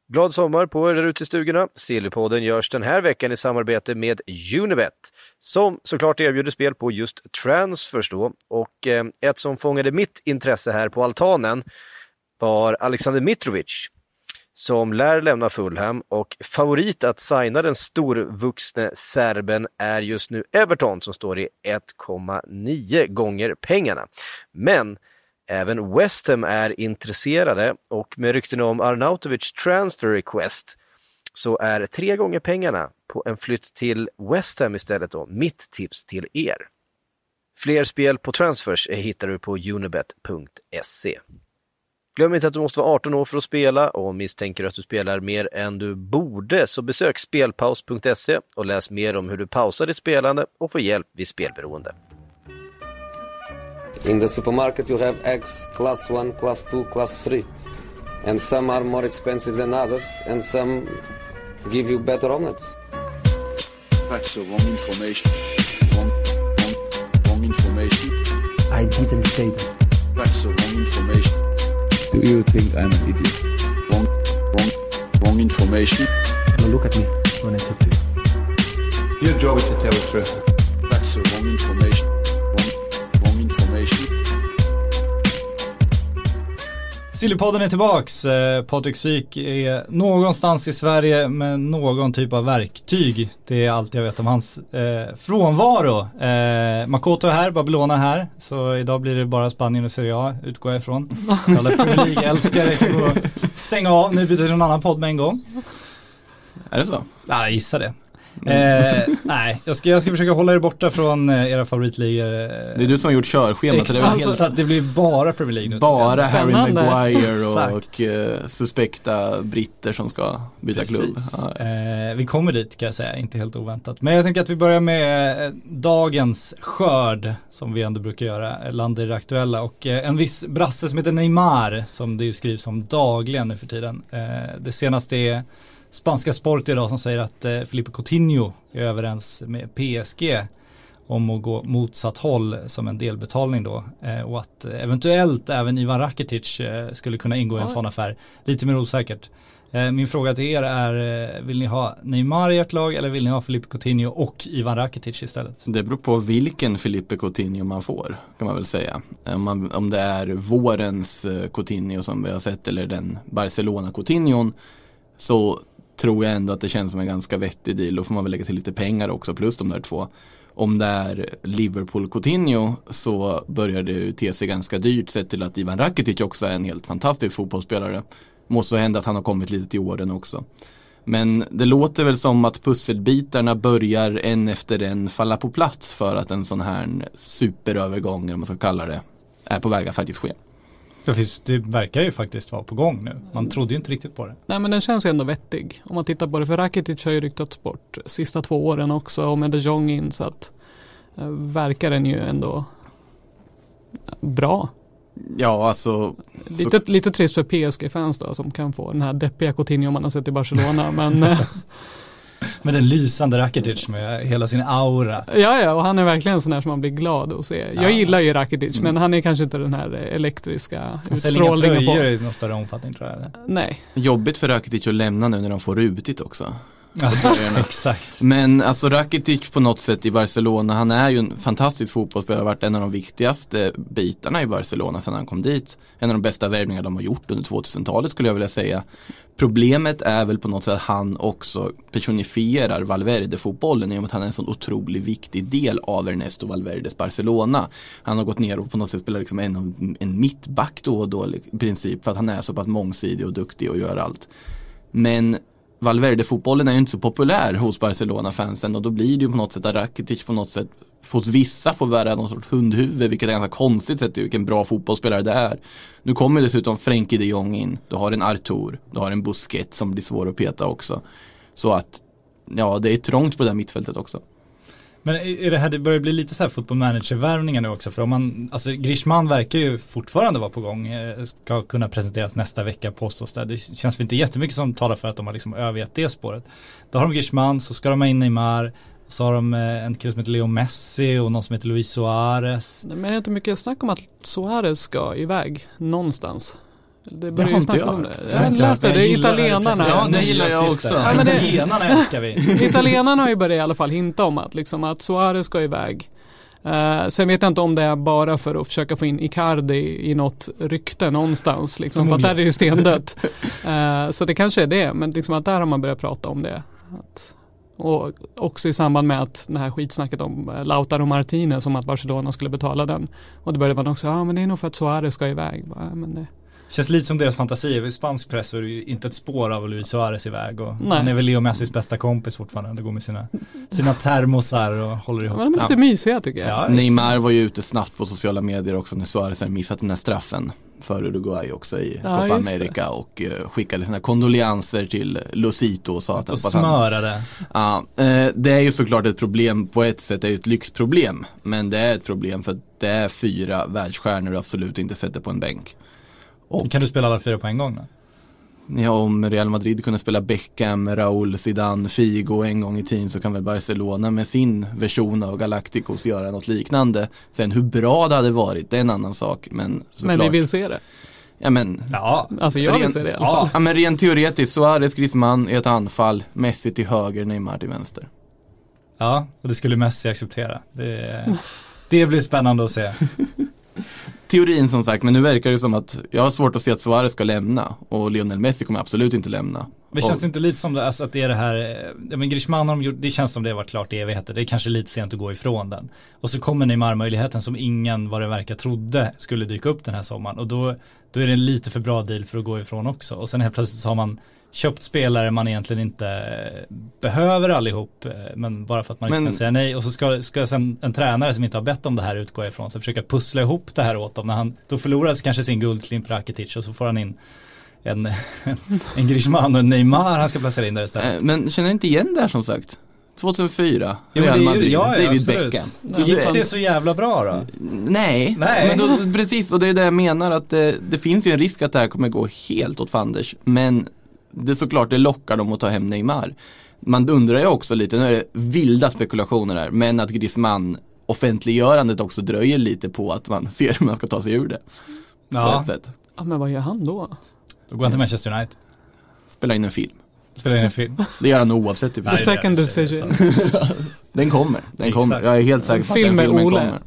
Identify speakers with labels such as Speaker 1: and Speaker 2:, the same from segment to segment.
Speaker 1: Glad sommar på er där ute i stugorna. Sillypodden görs den här veckan i samarbete med Unibet, som såklart erbjuder spel på just transfers då. Och ett som fångade mitt intresse här på altanen var Alexander Mitrovic, som lär lämna Fulham, och favorit att signa den storvuxne serben är just nu Everton, som står i 1,9 gånger pengarna. Men även West Ham är intresserade, och med rykten om Arnautovic transfer request så är 3 gånger pengarna på en flytt till West Ham istället då mitt tips till er. Fler spel på transfers hittar du på unibet.se. Glöm inte att du måste vara 18 år för att spela, och misstänker att du spelar mer än du borde så besök spelpaus.se och läs mer om hur du pausar ditt spelande och får hjälp vid spelberoende.
Speaker 2: In the supermarket you have eggs class 1, class 2, class 3. And some are more expensive than others, and some give you better omelets.
Speaker 3: That's the wrong information. Wrong information.
Speaker 4: I didn't say that.
Speaker 3: That's the wrong information.
Speaker 4: Do you think I'm an idiot?
Speaker 3: Wrong information.
Speaker 4: Now look at me when I talk to you.
Speaker 5: Your job is to tell the truth.
Speaker 3: That's the wrong information. Wrong information.
Speaker 6: Sillypodden är tillbaks. Patrik Syk är någonstans i Sverige med någon typ av verktyg. Det är allt jag vet om hans frånvaro. Makoto är här, Babylona är här. Så idag blir det bara Spanien och Serie A, utgår jag ifrån. Alla Premier League-älskare får stänga av. Nu byter till en annan podd med en gång.
Speaker 7: Är det så?
Speaker 6: Ja, jag gissar det. Nej, jag ska försöka hålla er borta från era favoritligor.
Speaker 7: Det är du som har gjort körschema.
Speaker 6: Exakt, så att det blir bara Premier League nu.
Speaker 7: Bara Harry Maguire och suspekta britter som ska byta klubb.
Speaker 6: Vi kommer dit, kan jag säga, inte helt oväntat. Men jag tänker att vi börjar med dagens skörd, som vi ändå brukar göra, landar i det aktuella. Och en viss brasse som heter Neymar, som det ju skrivs om dagligen nu för tiden. Det senaste är Spanska Sport idag som säger att Felipe Coutinho är överens med PSG om att gå motsatt håll som en delbetalning då, och att eventuellt även Ivan Rakitic skulle kunna ingå i en sån affär. Lite mer osäkert. Min fråga till er är, vill ni ha Neymar i ert lag eller vill ni ha Felipe Coutinho och Ivan Rakitic istället?
Speaker 7: Det beror på vilken Felipe Coutinho man får, kan man väl säga. Om det är vårens Coutinho som vi har sett eller den Barcelona Coutinho, så tror jag ändå att det känns som en ganska vettig deal. Då får man väl lägga till lite pengar också, plus de där två. Om det är Liverpool Coutinho så börjar det ju te sig ganska dyrt, sett till att Ivan Rakitic också är en helt fantastisk fotbollsspelare. Måste hända att han har kommit lite till åren också. Men det låter väl som att pusselbitarna börjar en efter en falla på plats för att en sån här superövergång, om man ska kalla det, är på väg att faktiskt ske.
Speaker 6: Det verkar ju faktiskt vara på gång nu. Man trodde ju inte riktigt på det.
Speaker 8: Nej, men den känns ändå vettig. Om man tittar på det, för Rakitic har ju ryktats bort sista 2 åren också, och med De Jong in, så att verkar den ju ändå bra.
Speaker 7: Ja, alltså
Speaker 8: lite trist för PSG-fans då, som kan få den här deppiga Coutinho man har sett i Barcelona, men
Speaker 6: med den lysande Rakitic med hela sin aura.
Speaker 8: Ja, och han är verkligen sån här som man blir glad att se. Jag gillar ju Rakitic, men han är kanske inte den här elektriska utstrålningen på.
Speaker 6: I någon större omfattning, tror jag.
Speaker 8: Nej.
Speaker 7: Jobbigt för Rakitic att lämna nu när de får rutigt också.
Speaker 6: Exakt.
Speaker 7: Men alltså Rakitic på något sätt i Barcelona, han är ju en fantastisk fotbollsspelare, har varit en av de viktigaste bitarna i Barcelona sedan han kom dit. En av de bästa värvningar de har gjort under 2000-talet, skulle jag vilja säga. Problemet är väl på något sätt att han också personifierar Valverde-fotbollen i och med att han är en sån otroligt viktig del av Ernesto Valverdes Barcelona. Han har gått ner och på något sätt spelar liksom en mittback då och då i princip, för att han är så pass mångsidig och duktig och gör allt. Men Valverde-fotbollen är ju inte så populär hos Barcelona-fansen, och då blir det ju på något sätt att Rakitic på något sätt hos vissa får vara någon sorts hundhuvud, vilket är ganska konstigt sett till vilken bra fotbollsspelare det är. Nu kommer dessutom Frenkie de Jong in, du har en Artur, du har en Busquets som blir svår att peta också. Så att, ja, det är trångt på det här mittfältet också.
Speaker 6: Men är det här, det börjar bli lite så här fotbollmanager-värvningar nu också, för om man, alltså Griezmann verkar ju fortfarande vara på gång, ska kunna presenteras nästa vecka, påstås det. Det känns inte jättemycket som talar för att de har liksom övergett det spåret. Då har de Griezmann, så ska de ha in Neymar, så har de en kille som heter Leo Messi och någon som heter Luis Suarez.
Speaker 8: Men det är inte mycket snack om att Suarez ska iväg någonstans. Det börjar ju snacka om det. Jag läste det, italienarna.
Speaker 7: Ja, det gillar jag också.
Speaker 6: Ja, men italienarna älskar vi.
Speaker 8: Italienarna har ju börjat i alla fall hinta om att Suarez ska iväg. Sen vet jag inte om det är bara för att försöka få in Icardi i något rykte någonstans. Liksom, för att där är det ju stendött. Så det kanske är det. Men liksom att där har man börjat prata om det. Och också i samband med att det här skitsnacket om Lautaro Martinez, som att Barcelona skulle betala den. Och då började man också, men det är nog för att Suarez ska iväg. Men det
Speaker 6: känns lite som deras fantasi. I spansk press är det ju inte ett spår av Luis Suarez iväg. Och han är väl Leo Messis bästa kompis fortfarande. Det går med sina termosar och håller ihop.
Speaker 8: Men de är lite mysiga tycker jag.
Speaker 7: Ja, Neymar var ju ute snabbt på sociala medier också när Suarez hade missat den här straffen för Uruguay också i Copa America och skickade sina kondolenser till Losito och sa att
Speaker 6: smörade.
Speaker 7: Ja, det är ju såklart ett problem på ett sätt, det är ju ett lyxproblem, men det är ett problem för att det är 4 världsstjärnor du absolut inte sätter på en bänk.
Speaker 6: Och kan du spela alla 4 på en gång då?
Speaker 7: Ja, om Real Madrid kunde spela Beckham, Raúl, Zidane, Figo en gång i tiden, så kan väl Barcelona med sin version av Galacticos göra något liknande. Sen hur bra det hade varit, det är en annan sak. Men
Speaker 8: vi vill se det.
Speaker 7: Ja, men
Speaker 8: alltså jag vill se det i alla fall.
Speaker 7: Ja, men rent teoretiskt, Suarez, Griezmann i ett anfall, Messi till höger, Neymar till vänster.
Speaker 6: Ja, och det skulle Messi acceptera. Det blir spännande att se.
Speaker 7: Teorin som sagt, men nu verkar det som att jag har svårt att se att Suarez ska lämna och Lionel Messi kommer absolut inte lämna.
Speaker 6: Det känns inte lite som det, alltså att det är det här, men Griezmann har de gjort, det känns som det har varit klart i evigheter. Det är kanske lite sent att gå ifrån den. Och så kommer Neymar-möjligheten som ingen vad det verkar trodde skulle dyka upp den här sommaren. Och då är det en lite för bra deal för att gå ifrån också. Och sen helt plötsligt så har man köpt spelare man egentligen inte behöver allihop, men bara för att man inte kan säga nej. Och så ska sen en tränare som inte har bett om det här utgå ifrån så försöka pussla ihop det här åt dem. När han då förlorar kanske sin guldklimp Rakitic och så får han in en Griezmann och en Neymar han ska placera in där istället.
Speaker 7: Men känner inte igen det här som sagt? 2004, Real Madrid, David Beckham.
Speaker 6: Gick det så jävla bra då?
Speaker 7: Nej. Men då, precis, och det är det jag menar att det finns ju en risk att det här kommer gå helt åt fanders. Men det är såklart det lockar dem att ta hem Neymar. Man undrar ju också lite, nu är det vilda spekulationer här, men att Griezmann offentliggörandet också dröjer lite på att man ser hur man ska ta sig ur det.
Speaker 6: Ja.
Speaker 8: Men vad gör han då?
Speaker 6: Då går han till Manchester United.
Speaker 7: Spela in en film.
Speaker 6: Det
Speaker 7: gör han oavsett.
Speaker 8: The second decision.
Speaker 7: Den kommer. Jag är helt säker på att den filmen kommer.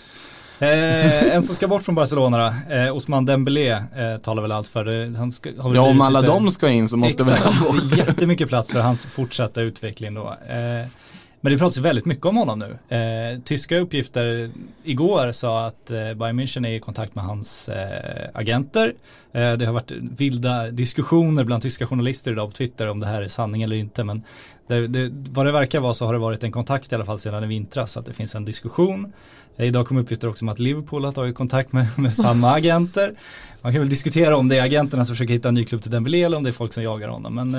Speaker 6: En som ska bort från Barcelona då, Ousmane Dembélé talar väl allt för det.
Speaker 7: Om alla de ska in så måste väl
Speaker 6: det är jättemycket plats för hans fortsatta utveckling då. Men det pratas väldigt mycket om honom nu. Tyska uppgifter igår sa att Bayern München är i kontakt med hans agenter. Det har varit vilda diskussioner bland tyska journalister idag på Twitter om det här är sanning eller inte. Men vad det verkar vara så har det varit en kontakt i alla fall sedan i vintras, att det finns en diskussion. Idag kom uppgifter också om att Liverpool har tagit kontakt med samma agenter. Man kan väl diskutera om det är agenterna som försöker hitta en ny klubb till Dembélé eller om det är folk som jagar honom. Men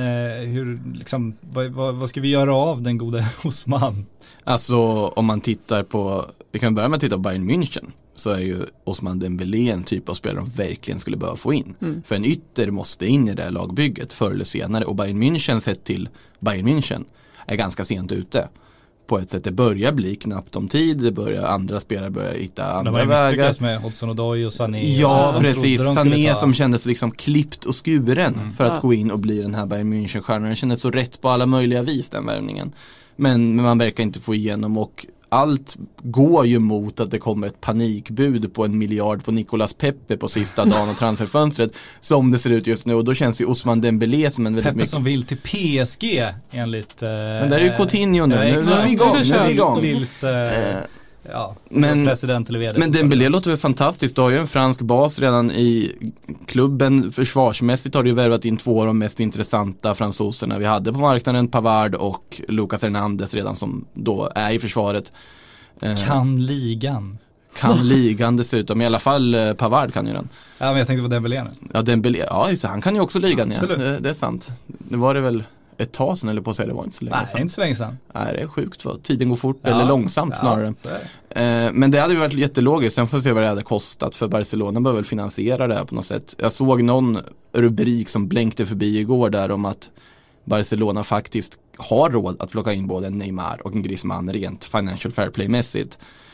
Speaker 6: vad ska vi göra av den gode Ousmane?
Speaker 7: Alltså om man tittar på, vi kan börja med att titta på Bayern München, så är ju Ousmane Dembélé en typ av spelare de verkligen skulle behöva få in. För en ytter måste in i det här lagbygget förr eller senare, och Bayern München sett till Bayern München är ganska sent ute. På ett sätt, det börjar bli knappt om tid, andra spelare börjar hitta andra vägar. De har misslyckats
Speaker 6: med Hudson-Odoi och Sané.
Speaker 7: Ja, precis. Sané som kändes liksom klippt och skuren för att gå in och bli den här Bayern München-stjärnan. Den kändes så rätt på alla möjliga vis, den värvningen. Men man verkar inte få igenom, och allt går ju mot att det kommer ett panikbud på 1 miljard på Nicolas Pepe på sista dagen av transferfönstret som det ser ut just nu, och då känns ju Ousmane Dembélé som en väldigt
Speaker 6: Pepe
Speaker 7: mycket...
Speaker 6: som vill till PSG enligt...
Speaker 7: Men där är ju Coutinho nu, nu är vi igång.
Speaker 6: Lils,
Speaker 7: men,
Speaker 6: president eller vd.
Speaker 7: Men Dembélé låter väl fantastiskt, du har ju en fransk bas redan i klubben, försvarsmässigt har du ju värvat in 2 av de mest intressanta fransoserna vi hade på marknaden, Pavard och Lucas Hernandez redan, som då är i försvaret.
Speaker 6: Kan ligan
Speaker 7: dessutom, i alla fall Pavard kan ju den.
Speaker 6: Ja, men jag tänkte på Dembélé nu.
Speaker 7: Ja, Dembélé, just det, han kan ju också ligan.
Speaker 6: Ja,
Speaker 7: det är sant. Nu var det väl ett tag sedan, eller på att säga, det var inte så länge sedan.
Speaker 6: Nej, inte så länge sedan.
Speaker 7: Nej, det är sjukt, för tiden går fort, eller långsamt snarare. Men det hade ju varit jättelogiskt. Sen får vi se vad det hade kostat, för Barcelona bör väl finansiera det här på något sätt. Jag såg någon rubrik som blänkte förbi igår där om att Barcelona faktiskt har råd att plocka in både en Neymar och en Griezmann rent financial fair play-mässigt.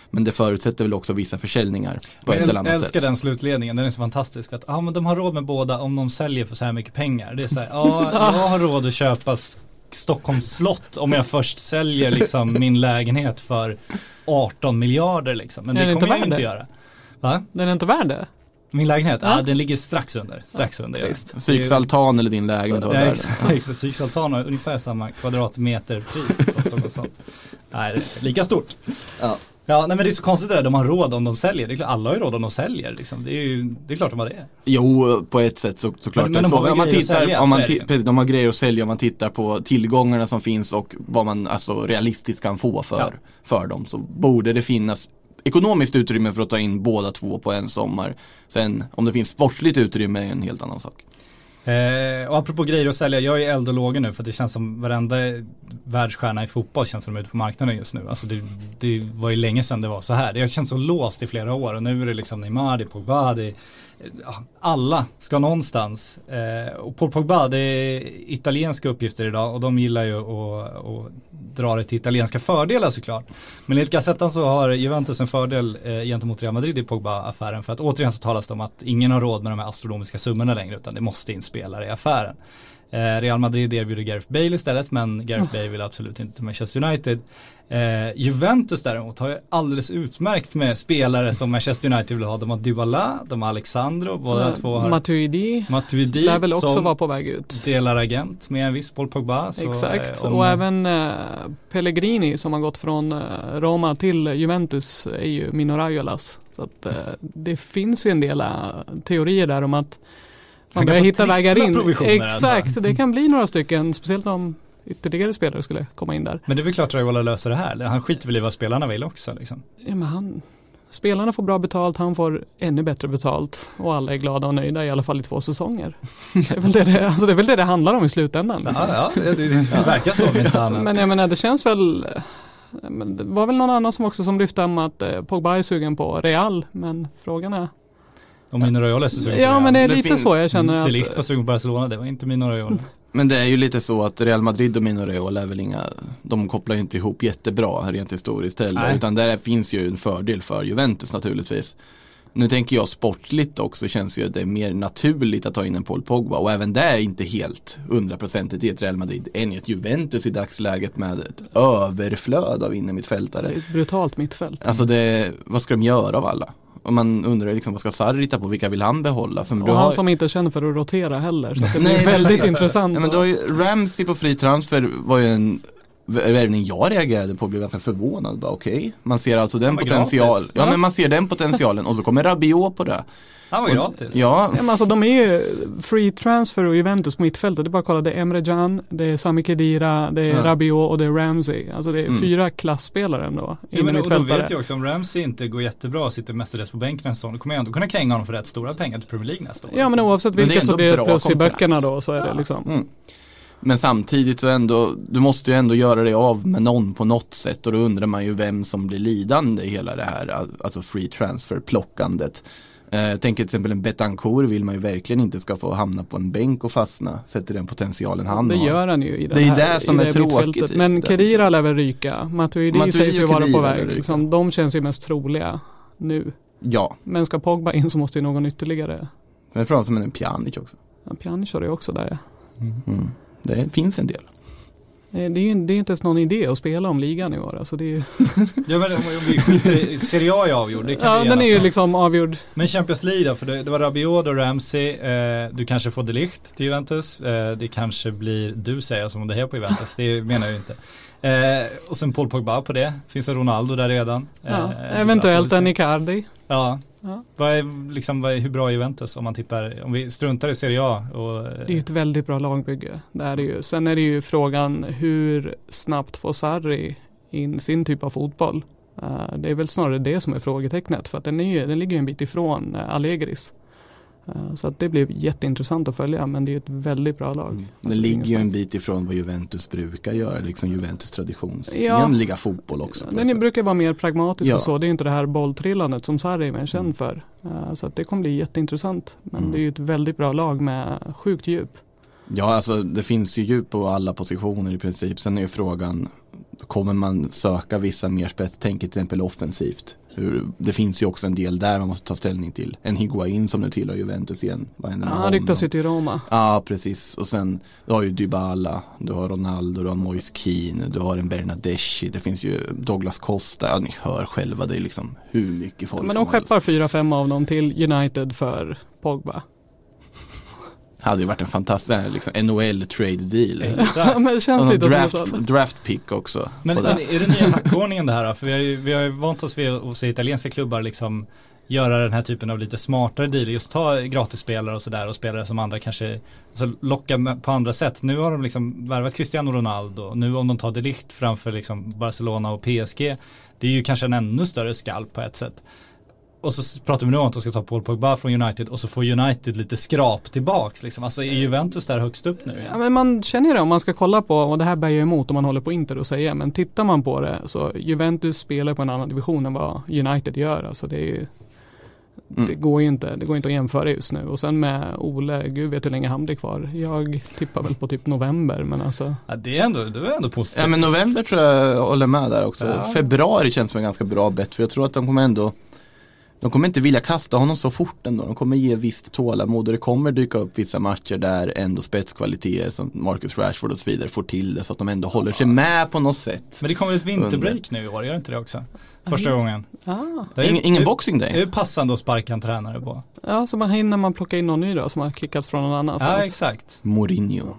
Speaker 7: Men det förutsätter väl också vissa försäljningar på ett eller annat sätt.
Speaker 6: Jag älskar den slutledningen, den är så fantastisk. Att men de har råd med båda om de säljer för så här mycket pengar. Det är så här, jag har råd att köpa Stockholms slott om jag först säljer liksom min lägenhet för 18 miljarder liksom. Men det kommer jag inte göra. Va?
Speaker 8: Den är inte värd det?
Speaker 6: Min lägenhet? Ja, den ligger strax under.
Speaker 7: Psyksaltan eller din lägenhet?
Speaker 6: Exakt, Psyksaltan har ungefär samma kvadratmeterpris som Stockholms slott. Nej, lika stort. Ja, nej, men det är så konstigt det där, de har råd om de säljer. Det är klart, alla har ju råd om de säljer liksom. Det är klart de har det.
Speaker 7: Jo, på ett sätt såklart. Men de har grejer att sälja om man tittar på tillgångarna som finns och vad man alltså realistiskt kan få för dem, så borde det finnas ekonomiskt utrymme för att ta in båda två på en sommar. Sen om det finns sportligt utrymme är en helt annan sak.
Speaker 6: Och apropå grejer att sälja, jag är eld och lågor nu för det känns som varenda världsstjärna i fotboll känns som de är ute på marknaden just nu. Alltså det var ju länge sedan det var så här. Det har känts så låst i flera år och nu är det liksom Neymar, det är Pogba, alla ska någonstans. Och Paul Pogba, det är italienska uppgifter idag och de gillar ju att dra det till italienska fördelar såklart. Men enligt Gazettan så har Juventus en fördel gentemot Real Madrid i Pogba-affären för att återigen så talas det om att ingen har råd med de här astronomiska summorna längre utan det måste in spelare i affären. Real Madrid erbjuder Gareth Bale istället men Gareth Bale vill absolut inte till Manchester United. Juventus däremot har ju alldeles utmärkt med spelare som Manchester United vill ha. De har Dybala, de har Alexandro, båda två har
Speaker 8: Matuidi lär väl också vara på väg ut.
Speaker 6: Delar agent med en viss Paul Pogba. Så,
Speaker 8: exakt, och även Pellegrini som har gått från Roma till Juventus är ju Mino Raiolas. Så att det finns ju en del teorier där om att man börjar hitta vägar in. Exakt, alltså. Det kan bli några stycken, speciellt om ytterligare spelare skulle komma in där.
Speaker 6: Men det är väl klart att Raiola löser det här. Han skiter väl i vad spelarna vill också. Liksom.
Speaker 8: Ja, men spelarna får bra betalt, han får ännu bättre betalt och alla är glada och nöjda i alla fall i 2 säsonger. Det är väl det handlar om i slutändan. Liksom.
Speaker 6: Ja, det verkar så.
Speaker 8: Men jag menar, det känns väl... Men det var väl någon annan som lyfte om att Pogba är sugen på Real, men frågan är...
Speaker 6: Om Mino Raiola är sugen på
Speaker 8: Real. Ja, men det är lite så jag känner att...
Speaker 6: Det likt var sugen på Barcelona, det var inte Mino Raiola.
Speaker 7: Men det är ju lite så att Real Madrid och Mino Raiola är väl de kopplar ju inte ihop jättebra rent historiskt heller, utan där finns ju en fördel för Juventus naturligtvis. Nu tänker jag sportligt också, känns ju att det är mer naturligt att ta in en Paul Pogba och även det är inte helt 100% i ett Real Madrid än i ett Juventus i dagsläget med ett överflöd av innermittfältare.
Speaker 8: Det är ett brutalt mittfält.
Speaker 7: Alltså vad ska de göra av alla? Och man undrar liksom, vad ska Sarri ta på? Vilka vill han behålla? För
Speaker 8: han som inte känner för att rotera heller. Så det blir väldigt intressant.
Speaker 7: Ja, men då Ramsey på fri transfer var ju en värvning jag reagerade på och blev ganska förvånad. Okej, man ser alltså den potential. Ja, men man ser den potentialen och så kommer Rabiot på det.
Speaker 6: Han var gratis.
Speaker 8: Ja. Men alltså de är ju free transfer och Juventus på mittfältet. Det är bara att kolla, det är Emre Can, det är Sami Khedira, det är Rabiot och det är Ramsey. Alltså det är 4 klassspelare ändå.
Speaker 6: Ja, men och de vet ju också om Ramsey inte går jättebra och sitter mestadels på bänken en säsong, då kommer jag ändå kunna kränga honom för rätt stora pengar till Premier League nästa år.
Speaker 8: Ja, men oavsett vilket så blir det plus i böckerna då, så är det liksom.
Speaker 7: Men samtidigt så du måste ju ändå göra det av med någon på något sätt och då undrar man ju vem som blir lidande i hela det här, alltså free transfer plockandet. Jag tänker till exempel en Betancourt vill man ju verkligen inte ska få hamna på en bänk och fastna, sätter den potentialen han har.
Speaker 8: Det gör han ju i
Speaker 7: det här. Det är det som är tråkigt.
Speaker 8: Men Khedira lär väl ryka. Matuidi sägs ju vara på väg. Liksom, de känns ju mest troliga nu.
Speaker 7: Ja. Men
Speaker 8: ska Pogba in så måste ju någon ytterligare.
Speaker 7: Men från som en Pjanic också.
Speaker 8: Ja, Pjanic har det också där.
Speaker 7: Det finns en del.
Speaker 8: Det är inte ens någon idé att spela om ligan i år. Alltså det är...
Speaker 6: Ja, men om vi skiter, Serie A är avgjord. Det kan
Speaker 8: den är ju liksom avgjord.
Speaker 6: Men Champions League då, för det var Rabiot och Ramsey. Du kanske får De Ligt till Juventus. Det kanske blir, du säger som om det här på Juventus. Det menar jag ju inte. Och sen Paul Pogba på det. Finns det Ronaldo där redan.
Speaker 8: Eventuellt en Icardi.
Speaker 6: Ja. Hur bra är Juventus om vi struntar i Serie A?
Speaker 8: Det är ett väldigt bra lagbygge. Det är det ju. Sen är det ju frågan hur snabbt får Sarri in sin typ av fotboll. Det är väl snarare det som är frågetecknet, för att den ligger ju en bit ifrån Allegris. Så att det blir jätteintressant att följa, men det är ett väldigt bra lag.
Speaker 7: Det ligger ju en bit ifrån vad Juventus brukar göra, liksom Juventus traditionsenliga fotboll också.
Speaker 8: Den brukar vara mer pragmatisk och så. Det är inte det här bolltrillandet som Sarri är känd för. Så att det kommer bli jätteintressant. Men det är ju ett väldigt bra lag med sjukt djup.
Speaker 7: Ja, alltså det finns ju djup på alla positioner i princip. Sen är ju frågan, kommer man söka vissa mer spetstänk, till exempel offensivt. Det finns ju också en del där man måste ta ställning till. En Higuain som nu tillhör Juventus igen.
Speaker 8: Han ryktas ju till Roma.
Speaker 7: Ja, precis. Och sen du har ju Dybala, du har Ronaldo, du har Moise Keane, du har en Bernadeschi, det finns ju Douglas Costa. Ja, ni hör själva, det är liksom hur mycket folk.
Speaker 8: Men de skeppar 4-5 av dem till United för Pogba.
Speaker 7: Hade ju varit en fantastisk liksom, NHL trade deal.
Speaker 8: Ja, men det känns lite
Speaker 7: draft pick också.
Speaker 6: Men är det nya hackordningen det här då? För vi har ju vant oss vid att se italienska klubbar liksom göra den här typen av lite smartare deal. Just ta gratisspelare och sådär och spelare som andra kanske alltså, lockar på andra sätt. Nu har de liksom värvat Cristiano Ronaldo. Nu om de tar De Ligt framför liksom Barcelona och PSG, det är ju kanske en ännu större skalp på ett sätt. Och så pratar vi nu om att de ska ta Paul Pogba från United och så får United lite skrap tillbaks liksom. Alltså är Juventus där högst upp nu?
Speaker 8: Ja, men man känner det om man ska kolla på, och det här bär ju emot om man håller på Inter och säger, men tittar man på det så Juventus spelar på en annan division än vad United gör. Alltså det är ju det går inte att jämföra just nu. Och sen med Ole, gud vet hur länge han blir kvar. Jag tippar väl på typ november, men alltså.
Speaker 6: Ja, det är ändå positivt.
Speaker 7: Ja, men november tror jag håller med där också. Ja. Februari känns som en ganska bra bett, för jag tror att de kommer inte vilja kasta honom så fort ändå. De kommer ge visst tålamod och det kommer dyka upp vissa matcher där ändå spetskvaliteter som Marcus Rashford och så vidare får till det så att de ändå håller sig med på något sätt.
Speaker 6: Men det kommer ett vinterbreak nu i år, gör inte det också? Första gången.
Speaker 7: Ingen boxing day.
Speaker 6: Det är passande att sparka en tränare på.
Speaker 8: Ja, så man hinner man plocka in någon ny då som har kickats från någon annanstans.
Speaker 6: Ja, exakt.
Speaker 7: Mourinho.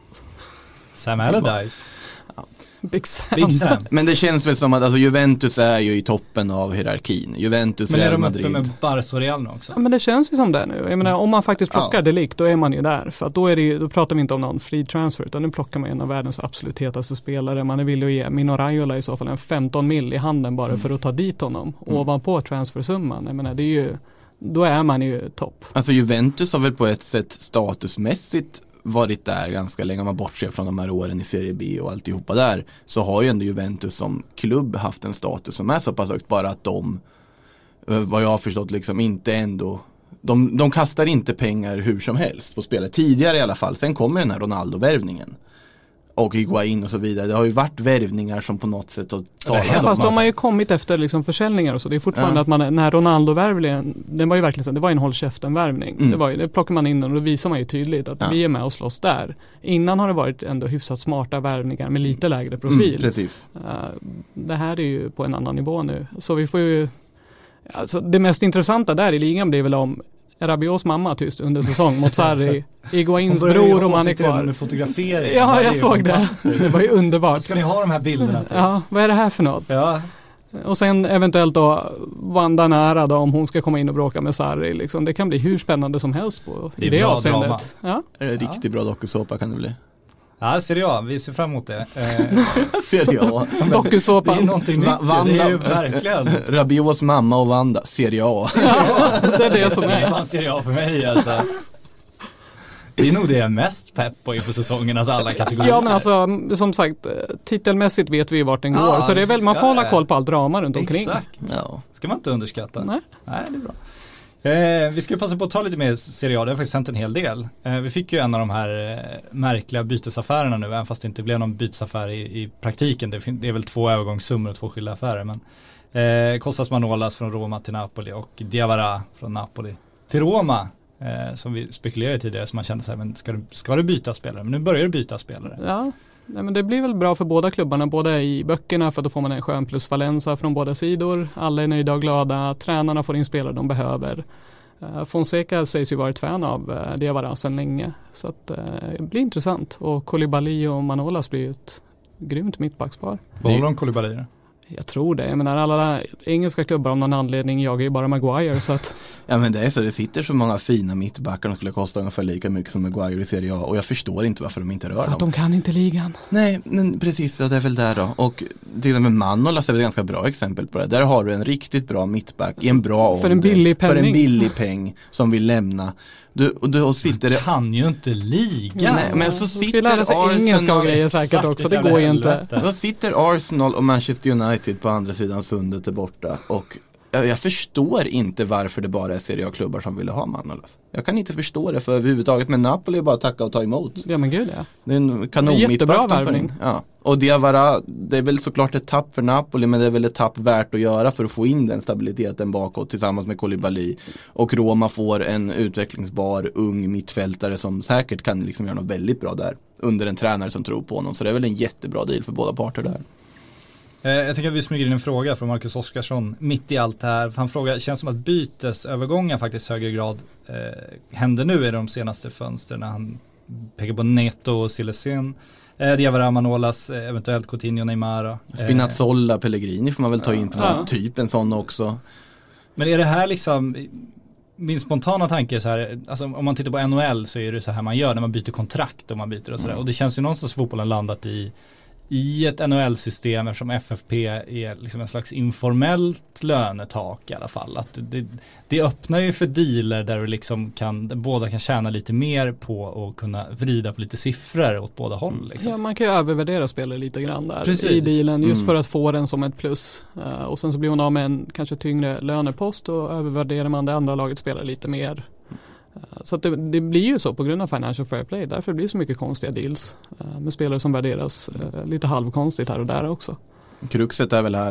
Speaker 6: Sam Allardyce.
Speaker 8: Big Sam.
Speaker 7: Men det känns väl som att alltså, Juventus är ju i toppen av hierarkin. Juventus, Real Madrid. Men
Speaker 6: är de uppe med Barca och Real nu också?
Speaker 8: Ja, men det känns ju som det nu. Jag menar, om man faktiskt plockar De Ligt, då är man ju där. För att då pratar vi inte om någon free transfer, utan nu plockar man en av världens absolut hetaste spelare. Man är villig att ge Mino Raiola i så fall en 15 mil i handen bara för att ta dit honom. Ovanpå transfersumman. Jag menar, det är ju, då är man ju topp.
Speaker 7: Alltså Juventus har väl på ett sätt statusmässigt varit där ganska länge. Om man bortser från de här åren i Serie B och alltihopa där, så har ju ändå Juventus som klubb haft en status som är så pass högt, bara att de, vad jag har förstått, liksom inte ändå de kastar inte pengar hur som helst på spelet. Tidigare i alla fall. Sen kommer den här Ronaldo-värvningen och Higuain och så vidare. Det har ju varit värvningar som på något sätt har talat om.
Speaker 8: Fast de har ju kommit efter liksom försäljningar och så. Det är fortfarande att den här Ronaldo-värvningen, den var ju verkligen så, det var en håll käften-värvning. Det plockar man in och då visar man ju tydligt att vi är med och slåss där. Innan har det varit ändå hyfsat smarta värvningar med lite lägre profil.
Speaker 7: Precis.
Speaker 8: Det här är ju på en annan nivå nu. Så vi får ju, alltså det mest intressanta där i ligan blir väl om Rabios mamma tyst under säsong mot Sarri, Higuains bror och man är kvar.
Speaker 6: Under fotografering.
Speaker 8: Ja, jag såg det. Det var ju underbart.
Speaker 6: Ska ni ha de här bilderna till?
Speaker 8: Ja, vad är det här för något?
Speaker 6: Ja.
Speaker 8: Och sen eventuellt då Wanda nära då, om hon ska komma in och bråka med Sarri. Liksom. Det kan bli hur spännande som helst i det avseendet. Ja.
Speaker 7: Det är riktigt bra dokusåpa kan det bli.
Speaker 6: Ja, Serie A. Vi ser fram emot det.
Speaker 7: Serie A.
Speaker 8: Dokusåpan.
Speaker 6: Det är någonting nytt.
Speaker 7: Vanda,
Speaker 6: det är ju verkligen.
Speaker 7: Rabios mamma och Wanda. Serie A.
Speaker 8: Ja, det är det som är.
Speaker 6: Det är Serie A för mig alltså. Det är nog det jag är mest pepp på inför säsongen, alltså alla kategorier.
Speaker 8: Ja, men alltså som sagt, titelmässigt vet vi vart den går. Så det är väl, man får hålla koll på allt drama runt omkring.
Speaker 6: Exakt.
Speaker 7: Ja.
Speaker 6: Ska man inte underskatta.
Speaker 8: Nej,
Speaker 6: det är bra. Vi ska passa på att ta lite mer Serie A, det har faktiskt hänt en hel del. Vi fick ju en av de här märkliga bytesaffärerna nu, även fast det inte blev någon bytesaffär i praktiken. Det är väl 2 övergångssummor och 2 skilda affärer. Men Kostas Manolas från Roma till Napoli och Diawara från Napoli till Roma. Som vi spekulerade tidigare, så man kände så här, men ska du byta spelare? Men nu börjar du byta spelare.
Speaker 8: Ja. Nej, men det blir väl bra för båda klubbarna, både i böckerna, för då får man en skön plus Valenza från båda sidor. Alla är nöjda och glada, tränarna får in spelare de behöver. Fonseca sägs ju vara ett fan av Diawara sedan länge, så att, det blir intressant. Och Koulibaly och Manolas blir ett grymt mittbackspar.
Speaker 6: Behåller de Koulibaly då?
Speaker 8: Jag tror det. Jag menar, alla engelska klubbar om någon anledning jagar ju bara Maguire, så att...
Speaker 7: Ja, men det är så. Det sitter så många fina mittbackar som skulle kosta ungefär lika mycket som Maguire i Serie A. Och jag förstår inte varför de inte rör dem.
Speaker 8: För att de kan inte ligan.
Speaker 7: Nej, men precis. Det är väl där då. Och det med Manolas är väl ett ganska bra exempel på det. Där har du en riktigt bra mittback i en bra ålder.
Speaker 8: För en billig penning.
Speaker 7: För en billig peng som vill lämna. Och sitter det...
Speaker 6: kan ju inte ligan.
Speaker 7: Nej, men så sitter
Speaker 8: Arsenal... engelska och grejer säkert också. Det går ju inte.
Speaker 7: Då sitter Arsenal och Manchester United på andra sidan sundet där borta. Och jag förstår inte varför det bara är Serie A-klubbar som ville ha Manolas. Jag kan inte förstå det för överhuvudtaget, men Napoli är bara tacka och ta emot.
Speaker 8: Ja men gud ja.
Speaker 7: Det är en kanon
Speaker 8: jättebra
Speaker 7: värvning. Ja. Och Diawara, det är väl såklart ett tapp för Napoli, men det är väl ett tapp värt att göra för att få in den stabiliteten bakåt tillsammans med Koulibaly. Och Roma får en utvecklingsbar ung mittfältare som säkert kan liksom göra något väldigt bra där under en tränare som tror på honom. Så det är väl en jättebra deal för båda parter där.
Speaker 6: Jag tänker att vi smyger in en fråga från Marcus Oskarsson mitt i allt det här. Han frågar, känns som att bytesövergångar faktiskt i högre grad händer nu i de senaste fönstren. Han pekar på Neto och Silesen, Diawara, Manolas, eventuellt Coutinho, Neymar.
Speaker 7: Spinazzola, Pellegrini får man väl ta in på typ en sån också.
Speaker 6: Men är det här liksom, min spontana tanke är så här, alltså om man tittar på NHL så är det så här man gör när man byter kontrakt och man byter och sådär. Och det känns ju någonstans fotbollen landat i ett NHL-system eftersom FFP är liksom en slags informellt lönetak i alla fall. Att det öppnar ju för dealer där du liksom båda kan tjäna lite mer på att kunna vrida på lite siffror åt båda håll. Liksom.
Speaker 8: Ja, man kan ju övervärdera spelare lite grann där.
Speaker 6: Precis.
Speaker 8: I dealen just för att få den som ett plus. Och sen så blir man av med en kanske tyngre lönepost och övervärderar man det andra laget spelare lite mer. Så att det blir ju så på grund av Financial Fair Play. Därför blir det så mycket konstiga deals med spelare som värderas lite halvkonstigt här och där också.
Speaker 7: Kruxet är väl här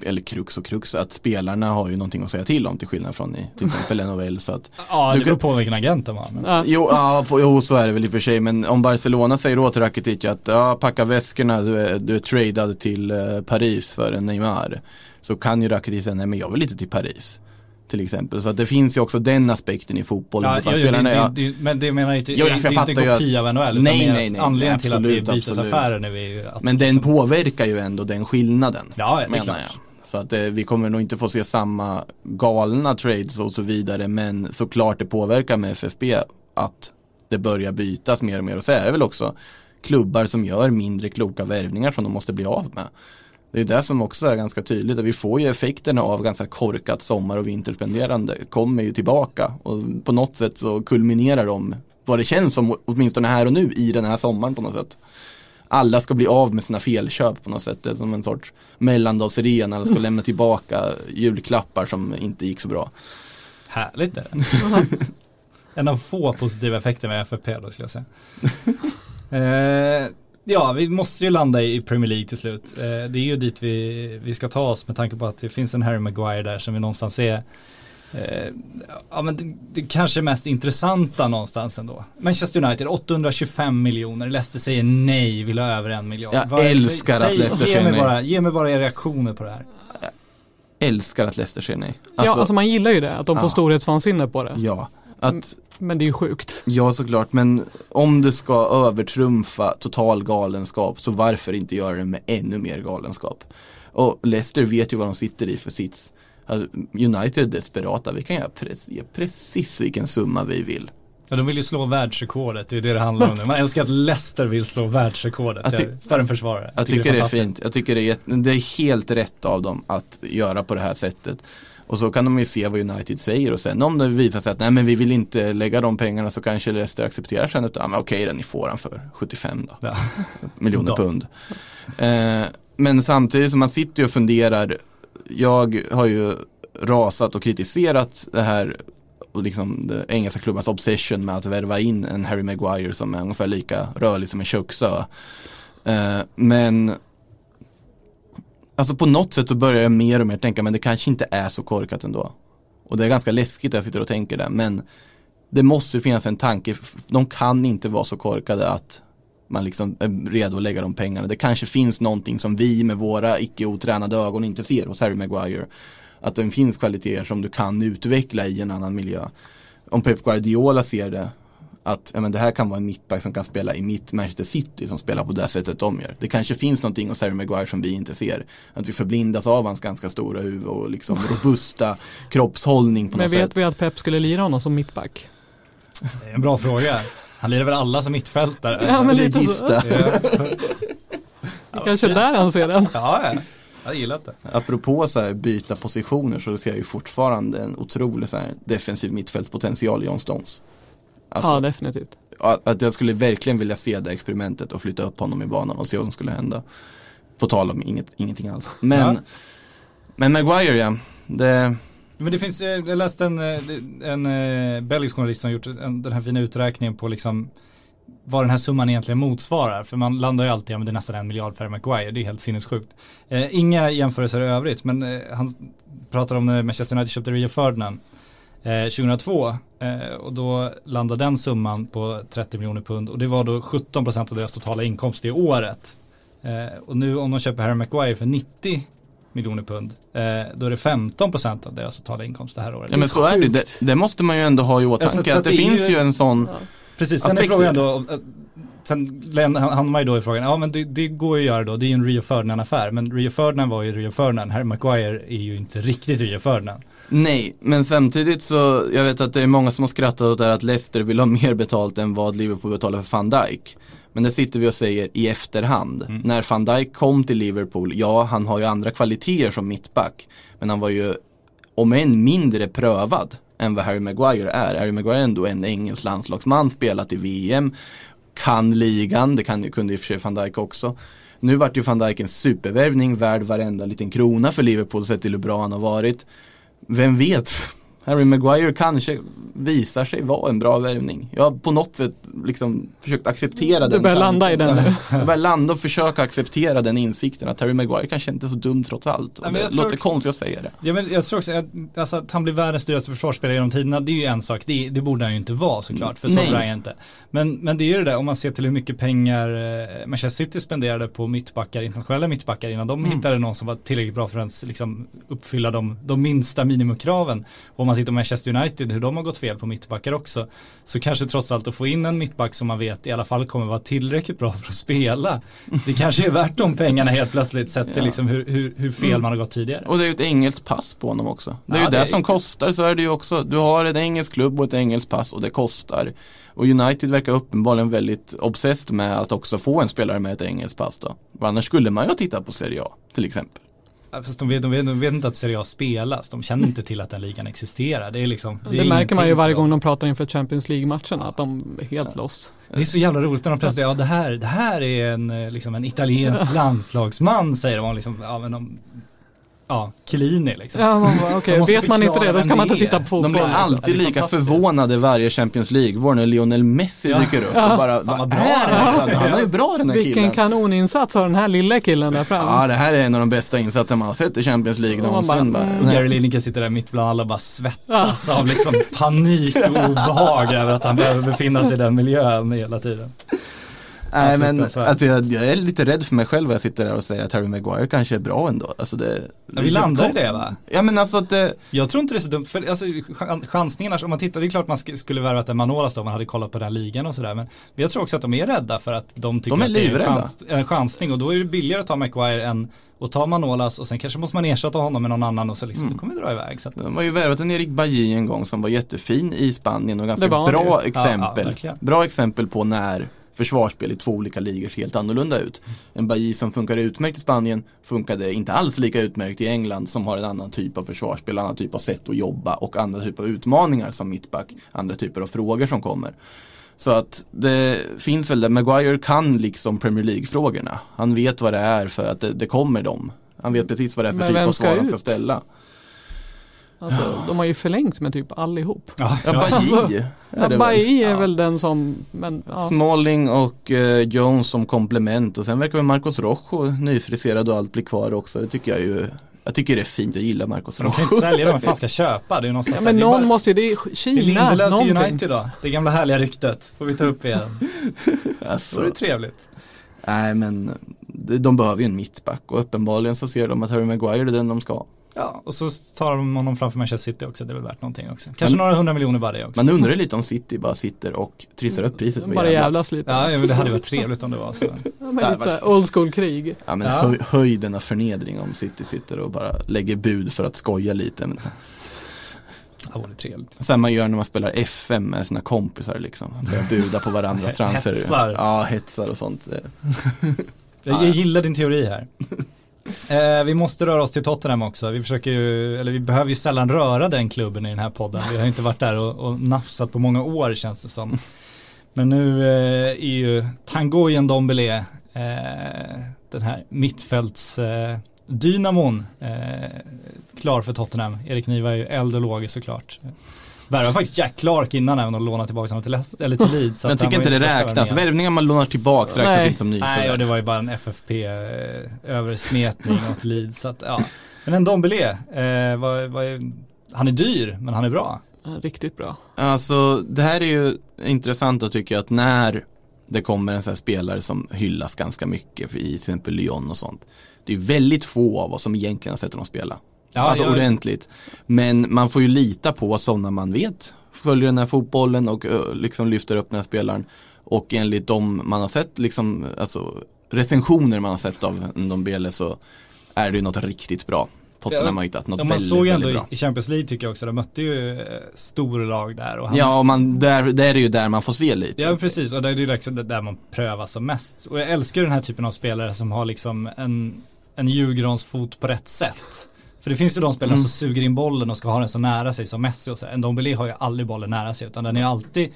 Speaker 7: att spelarna har ju någonting att säga till om till skillnad från till exempel NHL. Så att
Speaker 6: det beror på vilken agent de har.
Speaker 7: Jo, så är det väl i och för sig. Men om Barcelona säger åt Rakitic att packa väskorna, du är tradad till Paris för en Neymar, så kan ju Rakitic säga nej men jag vill inte till Paris. Till exempel. Så att det finns ju också den aspekten i fotbollen.
Speaker 6: Men det menar inte, det är inte en kopia av NHL. Nej, anledningen till att det är bytesaffärer nu är ju att...
Speaker 7: Men den påverkar ju ändå den skillnaden.
Speaker 6: Ja, det är klart.
Speaker 7: Jag. Så att vi kommer nog inte få se samma galna trades och så vidare. Men såklart det påverkar med FFP att det börjar bytas mer och mer. Och så är det väl också klubbar som gör mindre kloka värvningar som de måste bli av med. Det är det som också är ganska tydligt. Att vi får ju effekterna av ganska korkat sommar- och vinterspenderande kommer ju tillbaka. Och på något sätt så kulminerar de vad det känns som åtminstone här och nu i den här sommaren på något sätt. Alla ska bli av med sina felköp på något sätt. Det är som en sorts mellandagsren. Alla ska lämna tillbaka julklappar som inte gick så bra.
Speaker 6: Härligt det. En av få positiva effekter med FFP då skulle jag säga. Ja, vi måste ju landa i Premier League till slut. Det är ju dit vi ska ta oss med tanke på att det finns en Harry Maguire där som vi någonstans ser men det kanske mest intressanta någonstans ändå. Manchester United 825 miljoner. Leicester säger nej, vill ha över 1 miljard.
Speaker 7: Jag älskar att Leicester säger nej.
Speaker 6: Ge mig bara era reaktioner på det här.
Speaker 7: Jag älskar att Leicester säger nej.
Speaker 8: Alltså man gillar ju det, att de får storhetsvansinne på det.
Speaker 7: Ja.
Speaker 8: Men det är ju sjukt.
Speaker 7: Ja, såklart. Men om du ska övertrumfa total galenskap, så varför inte göra det med ännu mer galenskap? Och Leicester vet ju vad de sitter i för sits. Alltså, United är desperata. Vi kan ge precis vilken summa vi vill.
Speaker 6: Ja, de vill ju slå världsrekordet. Det är det handlar om nu. Man älskar att Leicester vill slå världsrekordet för en försvarare.
Speaker 7: Jag tycker det är fint. Jag tycker det är helt rätt av dem att göra på det här sättet. Och så kan de ju se vad United säger, och sen om det visar sig att nej men vi vill inte lägga de pengarna, så kanske Leicester accepterar sen att okej, ni får han för 75 då. Ja. Miljoner pund. Men samtidigt som man sitter och funderar, jag har ju rasat och kritiserat det här och liksom det engelska klubbens obsession med att värva in en Harry Maguire som är ungefär lika rörlig som en köksö. Men alltså på något sätt så börjar jag mer och mer tänka, men det kanske inte är så korkat ändå. Och det är ganska läskigt att jag sitter och tänker det. Men det måste finnas en tanke. De kan inte vara så korkade att man liksom är redo att lägga de pengarna. Det kanske finns någonting som vi med våra icke-otränade ögon inte ser hos Harry Maguire. Att det finns kvaliteter som du kan utveckla i en annan miljö. Om Pep Guardiola ser det, att det här kan vara en mittback som kan spela i mitt Manchester City, som spelar på det sättet de gör. Det kanske finns någonting hos Harry Maguire som vi inte ser. Att vi förblindas av hans ganska stora huvud och liksom robusta kroppshållning på något sätt.
Speaker 8: Men vet vi att Pep skulle lira honom som mittback?
Speaker 6: Det är en bra fråga. Han lirar väl alla som mittfältare.
Speaker 8: Ja, men lite så. Kanske där han ser den.
Speaker 6: Ja, jag gillar det.
Speaker 7: Apropå så här byta positioner, så ser jag ju fortfarande en otrolig så här defensiv mittfältspotential i John Stones. Alltså,
Speaker 8: ja, definitivt.
Speaker 7: Att jag skulle verkligen vilja se det experimentet och flytta upp honom i banan och se vad som skulle hända. På tal om ingenting alls. Men Maguire, ja.
Speaker 6: Men det finns, jag läste en belgisk journalist som gjort den här fina uträkningen på liksom vad den här summan egentligen motsvarar. För man landar ju alltid, det är nästan 1 miljard för Maguire, det är helt sinnessjukt. Inga jämförelser i övrigt, men han pratar om när Manchester United köpte Rio Ferdinand 2002 och då landade den summan på 30 miljoner pund och det var då 17% av deras totala inkomst i året. Och nu om de köper Harry Maguire för 90 miljoner pund, då är det 15% av deras totala inkomst det här året.
Speaker 7: Ja, men så är det måste man ju ändå ha i åtanke,
Speaker 6: så
Speaker 7: att det finns ju en sån
Speaker 6: precis, sen är frågan då, sen hamnar man ju då i frågan, ja men det går ju att göra då, det är ju en Rio Ferdinand-affär, men Rio Ferdinand var ju Rio Ferdinand, Harry Maguire är ju inte riktigt Rio Ferdinand.
Speaker 7: Nej, men samtidigt så, jag vet att det är många som har skrattat åt det här att Leicester vill ha mer betalt än vad Liverpool betalar för Van Dijk. Men det sitter vi och säger i efterhand. När Van Dijk kom till Liverpool, ja han har ju andra kvaliteter som mittback, men han var ju om än mindre prövad än vad Harry Maguire är. Harry Maguire är ändå en engelsk landslagsman, spelat i VM, kan ligan, det kunde i och för sig Van Dijk också. Nu vart ju Van Dijk en supervärvning, värd varenda liten krona för Liverpool sett till hur bra han har varit. Vem vet, Harry Maguire kanske visar sig vara en bra värvning. Jag har på något sätt liksom försökt acceptera den.
Speaker 8: Du börjar landa i den.
Speaker 7: Jag börjar landa och försöka acceptera den insikten att Harry Maguire kanske inte är så dum trots allt. Och det låter konstigt att säga det.
Speaker 6: Ja, men jag tror också att han blir världens dyraste försvarsspelare genom tiderna, det är ju en sak. Det borde han ju inte vara såklart, för så bra är inte. Men det är ju det där, om man ser till hur mycket pengar Manchester City spenderade på mittbackar, internationella mittbackar innan de hittade någon som var tillräckligt bra för att liksom uppfylla de minsta minimumkraven. Och om man sitter med Manchester United, hur de har gått fel på mittbackar också, så kanske trots allt att få in en mittback som man vet i alla fall kommer vara tillräckligt bra för att spela. Det kanske är värt de pengarna helt plötsligt sett till liksom hur fel man har gått tidigare.
Speaker 7: Och det är ju ett engelskt pass på honom också. Det är ju det som kostar, så är det ju också. Du har en engelsk klubb och ett engelskt pass och det kostar. Och United verkar uppenbarligen väldigt obsessed med att också få en spelare med ett engelskt pass då. Och annars skulle man ju titta på Serie A till exempel.
Speaker 6: Fast de vet inte att Serie A spelas. De känner inte till att den ligan existerar. Det är liksom,
Speaker 8: det märker man ju varje gång de pratar inför Champions League-matcherna, att de är helt lost.
Speaker 6: Det är så jävla roligt när de plötsligt, det här är en italiensk landslagsman, säger de liksom, Chiellini liksom.
Speaker 8: Vet man inte det, då ska man inte titta på fotboll.
Speaker 7: De blir alltid lika förvånade varje Champions League när Lionel Messi dyker upp och bara, vad är det? Han är ju bra, den här killen.
Speaker 8: Vilken kanoninsats av den här lilla killen där fram.
Speaker 7: Ja, det här är en av de bästa insatser man har sett i Champions League någonsin.
Speaker 6: Gary Lineker sitter där mitt bland alla, bara svettas av liksom panik och obehag över att han behöver befinna sig i den miljön hela tiden.
Speaker 7: Nej, men att jag är lite rädd för mig själv när jag sitter där och säger att Harry Maguire kanske är bra ändå. Alltså
Speaker 6: vi landar i det, va?
Speaker 7: Ja, men alltså att
Speaker 6: jag tror inte det är så dumt, för alltså, chansningarna, om man tittar, det är klart man skulle värvat en Manolas då, om man hade kollat på den ligan och sådär, men jag tror också att de är rädda för att de tycker att det är en chansning, och då är det billigare att ta Maguire än att ta Manolas, och sen kanske måste man ersätta honom med någon annan, och så liksom, det kommer dra iväg. Så att
Speaker 7: de har ju värvat en Erik Bailly en gång som var jättefin i Spanien och ganska bra exempel. Bra exempel på när försvarsspel i 2 olika ligor ser helt annorlunda ut. En Bailly som funkade utmärkt i Spanien funkade inte alls lika utmärkt i England, som har en annan typ av försvarsspel, annan typ av sätt att jobba och andra typer av utmaningar som mittback, andra typer av frågor som kommer. Så att det finns väl det. Maguire kan liksom Premier League-frågorna. Han vet vad det är, för att det kommer dem. Han vet precis vad det är för typ av svar han ska ställa.
Speaker 8: Alltså, de har ju förlängt med typ allihop.
Speaker 7: Bailly.
Speaker 8: Bailly är väl den som...
Speaker 7: Smalling och Jones som komplement. Och sen verkar väl Marcos Rojo nyfriserad och allt blir kvar också. Det tycker jag ju... Jag tycker det är fint, jag gillar Marcos Rojo.
Speaker 6: De kan inte sälja dem, fan ska köpa. Det är någonstans
Speaker 8: men någon måste ju, det är Kina.
Speaker 6: Det är Lindelöf till United då. Det gamla härliga ryktet. Får vi ta upp igen.
Speaker 7: Alltså,
Speaker 6: så är det trevligt.
Speaker 7: Nej, men de behöver ju en mittback. Och uppenbarligen så ser de att Harry Maguire är den de ska.
Speaker 6: Ja, och så tar de honom framför Manchester City också. Det är väl värt någonting också. Kanske några 100 miljoner bara det också.
Speaker 7: Man undrar lite om City bara sitter och trissar upp priset för
Speaker 8: bara jävlas lite.
Speaker 6: Ja, men det hade varit trevligt om det var så.
Speaker 8: Men lite såhär old school krig.
Speaker 7: Ja, men höjden av förnedring om City sitter och bara lägger bud för att skoja lite. Men...
Speaker 6: Ja, det är trevligt.
Speaker 7: Sen man gör när man spelar FM med sina kompisar liksom. Börjar buda på varandras transfer.
Speaker 6: Hetsar.
Speaker 7: Ja, hetsar och sånt.
Speaker 6: Jag gillar din teori här. Vi måste röra oss till Tottenham också. Vi behöver ju sällan röra den klubben i den här podden. Vi har inte varit där och nafsat på många år, känns det som. Men nu är ju Tanguy Ndombele, den här mittfälts Dynamon klar för Tottenham. Erik Niva är ju eld och låg såklart. Värvar faktiskt Jack Clark innan även och lånar tillbaka honom till Leeds.
Speaker 7: Jag tycker inte det räknas. Värvningar man lånar tillbaka räknas inte som nyförvärv.
Speaker 6: Nej, och det var ju bara en FFP-översmetning åt Leeds. Så att, ja. Men en Dombele, han är dyr, men han är bra.
Speaker 8: Riktigt bra.
Speaker 7: Alltså, det här är ju intressant att tycka att när det kommer en sån här spelare som hyllas ganska mycket i till exempel Lyon och sånt. Det är väldigt få av oss som egentligen har sett honom spela. Alltså ordentligt. Men man får ju lita på sådana man vet följer den här fotbollen och liksom lyfter upp den här spelaren. Och enligt dem man har sett liksom, alltså recensioner man har sett av Ndombele så är det ju något riktigt bra. Tottenham har hittat något väldigt, väldigt bra. Man såg ändå
Speaker 6: i Champions League tycker jag också, de mötte ju stora lag där. Och
Speaker 7: där är det ju där man får se lite.
Speaker 6: Ja, precis. Och det är ju där man prövar som mest. Och jag älskar den här typen av spelare som har liksom en Djurgårdens fot på rätt sätt. För det finns ju de spelare som suger in bollen och ska ha den så nära sig som Messi och så. En Ndombele har ju aldrig bollen nära sig utan den är alltid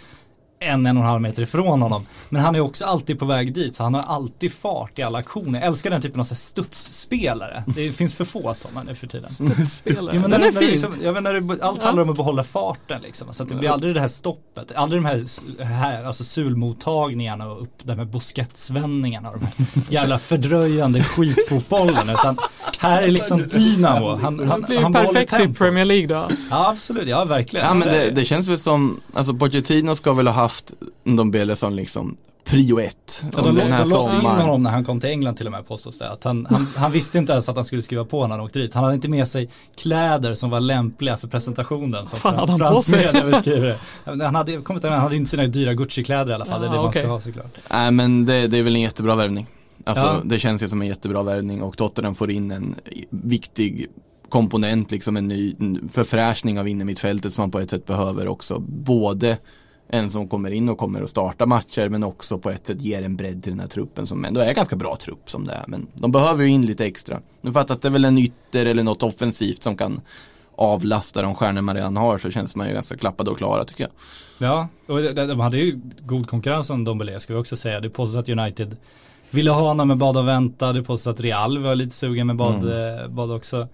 Speaker 6: 1,5 meter ifrån honom. Men han är också alltid på väg dit så han har alltid fart i alla aktioner. Jag älskar den typen av studsspelare. Det finns för få sådana nu för tiden.
Speaker 8: Studsspelare?
Speaker 6: Ja, men den är fin. Liksom, allt handlar om att behålla farten liksom. Så att det blir aldrig det här stoppet. Aldrig de här alltså sulmottagningarna och upp de här busketsvändningarna och de här jävla fördröjande skitfotbollen. Utan här är liksom dynamo. Han
Speaker 8: blir ju perfekt i Premier League då.
Speaker 6: Ja, absolut. Ja, verkligen.
Speaker 7: Ja, men det känns väl som, alltså Pochettino ska väl ha haft Ndombele som liksom prio 1
Speaker 6: den här sommaren. In honom när han kom till England till och med påstås det. Att han visste inte ens att han skulle skriva på när han åkte dit. Han hade inte med sig kläder som var lämpliga för presentationen. Som Frans Media beskriver det. Han hade inte sina dyra Gucci-kläder i alla fall. Det är det man ska ha såklart.
Speaker 7: Nej, men det är väl en jättebra värvning. Alltså det känns ju som en jättebra värvning och Tottenham får in en viktig komponent, liksom en ny förfräschning av innermittfältet som man på ett sätt behöver också. Både en som kommer in och kommer att starta matcher men också på ett sätt ger en bredd till den här truppen som ändå är ganska bra trupp som det är. Men de behöver ju in lite extra. Nu fattas det väl en ytter eller något offensivt som kan avlasta de stjärnor man redan har så känns man ju ganska klappad och klara tycker jag. Ja,
Speaker 6: och de hade ju god konkurrens om Ndombele ska vi också säga. Det påstås att United ville ha honom med bad och vänta. Det påstås att Real var lite sugen med bad också.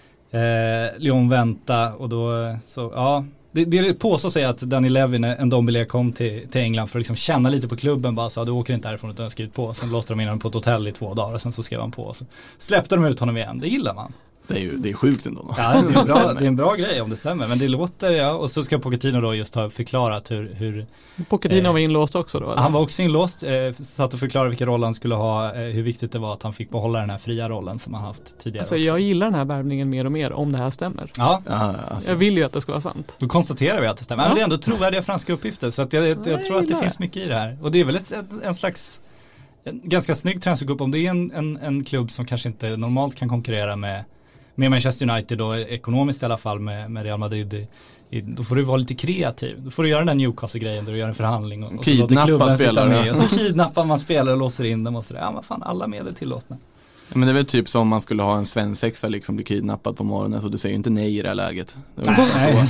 Speaker 6: Lyon vänta och då så ja. Det påstås att Danny Levin, en Ndombele kom till England för att liksom känna lite på klubben bara så du åker inte härifrån utan skrivit på. Sen låste de in honom på ett hotell i 2 dagar och sen så skrev han på och så släppte de ut honom igen. Det gillar man.
Speaker 7: Det är sjukt ändå.
Speaker 6: Ja, det är en bra grej om det stämmer. Men det låter, och så ska Pochettino då just ha förklarat hur
Speaker 8: Pochettino var inlåst också då? Eller?
Speaker 6: Han var också inlåst, satt och förklarade vilken roll han skulle ha, hur viktigt det var att han fick behålla den här fria rollen som han haft tidigare.
Speaker 8: Alltså
Speaker 6: också.
Speaker 8: Jag gillar den här värvningen mer och mer om det här stämmer.
Speaker 6: Ja.
Speaker 8: Alltså. Jag vill ju att det ska vara sant.
Speaker 6: Då konstaterar vi att det stämmer. Ja. Men det är ändå trovärdiga franska uppgifter så att jag tror att det finns mycket i det här. Och det är väl en slags en ganska snygg transfergrupp om det är en klubb som kanske inte normalt kan konkurrera med Manchester United då, ekonomiskt i alla fall med Real Madrid då får du vara lite kreativ. Då får du göra den där Newcastle-grejen där du gör en förhandling och så låter klubben sitta med och så kidnappar man spelare och låser in dem och så där. Ja men fan, alla medel tillåtna.
Speaker 7: Ja, men det är väl typ som om man skulle ha en svensexa liksom bli kidnappad på morgonen så du säger ju inte nej i det här läget. Det
Speaker 6: nej.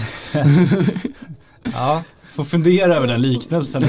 Speaker 6: Ja, får fundera över den liknelsen.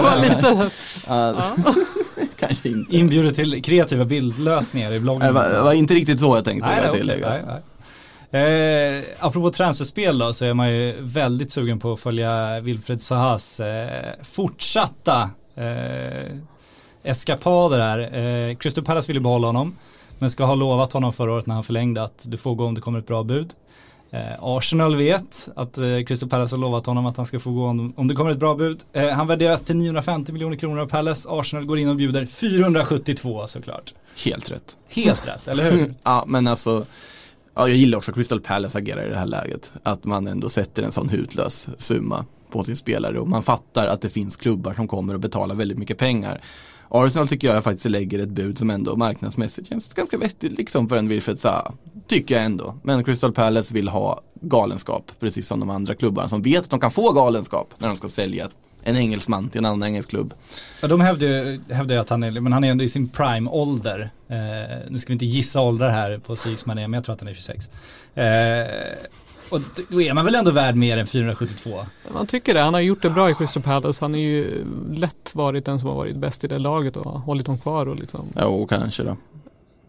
Speaker 7: Kanske inte.
Speaker 6: Inbjuder till kreativa bildlösningar i bloggen.
Speaker 7: Det var inte riktigt så jag tänkte tillägga.
Speaker 6: Apropå transferspel då så är man ju väldigt sugen på att följa Wilfred Zahas fortsatta eskapader här. Crystal Palace vill ju behålla honom men ska ha lovat honom förra året när han förlängde att du får gå om det kommer ett bra bud. Arsenal vet att Crystal Palace har lovat honom att han ska få gå om det kommer ett bra bud. Han värderas till 950 miljoner kronor av Palace. Arsenal går in och bjuder 472 såklart.
Speaker 7: Helt rätt,
Speaker 6: eller hur?
Speaker 7: Ja, men alltså jag gillar också Crystal Palace agerar i det här läget. Att man ändå sätter en sån hutlös summa på sin spelare och man fattar att det finns klubbar som kommer att betala väldigt mycket pengar. Arsenal tycker jag faktiskt lägger ett bud som ändå marknadsmässigt känns ganska vettigt liksom för en Wilfred Zaha, tycker jag ändå. Men Crystal Palace vill ha galenskap, precis som de andra klubbarna som vet att de kan få galenskap när de ska sälja en engelsman till en annan engelsk klubb. Ja,
Speaker 6: de hävdar att han är ändå i sin prime-ålder. Nu ska vi inte gissa ålder här på Syksman, men jag tror att han är 26. Och då är man väl ändå värd mer än 472?
Speaker 8: Man tycker det. Han har gjort det bra i Crystal Palace. Han är ju lätt varit den som har varit bäst i det laget och hållit dem kvar. Och liksom.
Speaker 7: Ja, kanske då.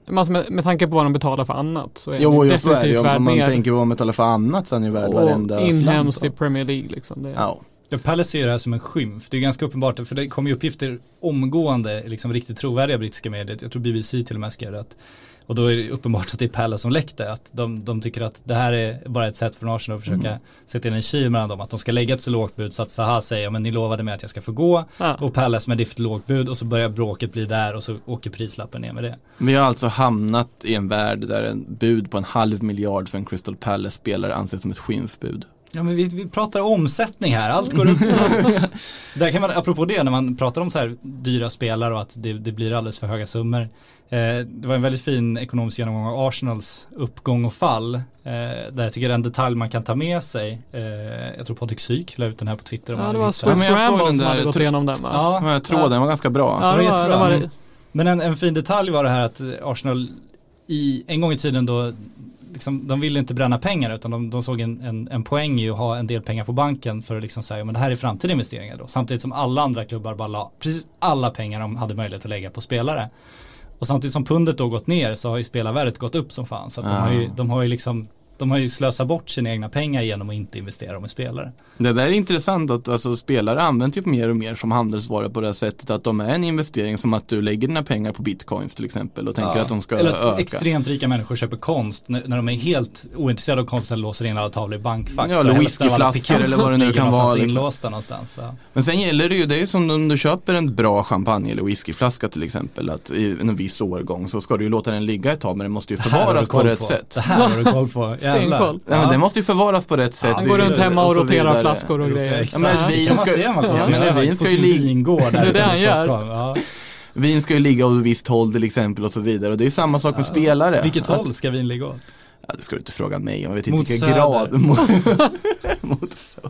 Speaker 8: alltså med tanke på vad de betalar för annat så är
Speaker 7: jo,
Speaker 8: det
Speaker 7: definitivt värd
Speaker 8: mer.
Speaker 7: Om man tänker på vad de betalar för annat så är det värd varenda slant.
Speaker 8: Inhemskt i Premier League liksom.
Speaker 7: Ja.
Speaker 6: Palace ser det här som en skymf. Det är ganska uppenbart, för det kommer ju uppgifter omgående, liksom riktigt trovärdiga brittiska medier. Jag tror BBC till och med skrev det. Och då är det uppenbart att det är Palace som läckte. Att de tycker att det här är bara ett sätt för Arsenal att försöka sätta in en kil mellan dem. Att de ska lägga ett så lågt bud så att Zaha säger men ni lovade mig att jag ska få gå. Och Palace med ett lågt bud och så börjar bråket bli där och så åker prislappen ner med det.
Speaker 7: Vi har alltså hamnat i en värld där en bud på 500 miljoner för en Crystal Palace-spelare anses som ett skymfbud.
Speaker 6: Ja, men vi pratar omsättning här, allt går upp. Där kan man, apropå det, när man pratar om så här dyra spelare och att det blir alldeles för höga summor. Det var en väldigt fin ekonomisk genomgång av Arsenals uppgång och fall. Där jag tycker det är en detalj man kan ta med sig. Jag tror Patrik Syk la ut den här på Twitter.
Speaker 8: Ja, det var Swiss Ramble som hade gått igenom den, va?
Speaker 7: Ja, jag tror den var ganska bra.
Speaker 8: Ja, det var det.
Speaker 6: Men en fin detalj var det här att Arsenal en gång i tiden då liksom, de ville inte bränna pengar utan de såg en poäng i att ha en del pengar på banken för att liksom säga men det här är framtida investeringar då. Samtidigt som alla andra klubbar bara la precis alla pengar de hade möjlighet att lägga på spelare. Och samtidigt som pundet då gått ner så har ju spelarvärdet gått upp som fan. Så att de har ju slösat bort sina egna pengar genom att inte investera dem i spelare.
Speaker 7: Det där är intressant att alltså, spelare används typ mer och mer som handelsvara på det här sättet att de är en investering som att du lägger dina pengar på bitcoins till exempel och tänker att de ska
Speaker 6: eller
Speaker 7: öka.
Speaker 6: Eller extremt rika människor köper konst när de är helt ointresserade av konsten låser in alla tavlor i bankfack.
Speaker 7: Ja, eller whiskyflaskor eller vad det nu kan vara.
Speaker 6: Inlåsta någonstans. Ja.
Speaker 7: Men sen gäller det ju, det är som om du köper en bra champagne eller whiskyflaska till exempel att i en viss årgång så ska du ju låta den ligga ett tag men den måste ju förvaras på rätt sätt.
Speaker 6: Det här har du koll på.
Speaker 8: Stenkoll.
Speaker 7: Ja, men den måste ju förvaras på rätt sätt.
Speaker 8: Han går runt hemma och roterar flaskor och grejer.
Speaker 6: Ja, men vin ska ju ligga där.
Speaker 8: Det är det han gör.
Speaker 6: Ja.
Speaker 7: Vin ska ju ligga åt ett visst håll till exempel och så vidare. Och det är samma sak med spelare.
Speaker 6: Vilket håll ska vin ligga åt?
Speaker 7: Ja, det ska du inte fråga mig. Jag vet inte
Speaker 6: mot
Speaker 7: vilka grad. Mot söder.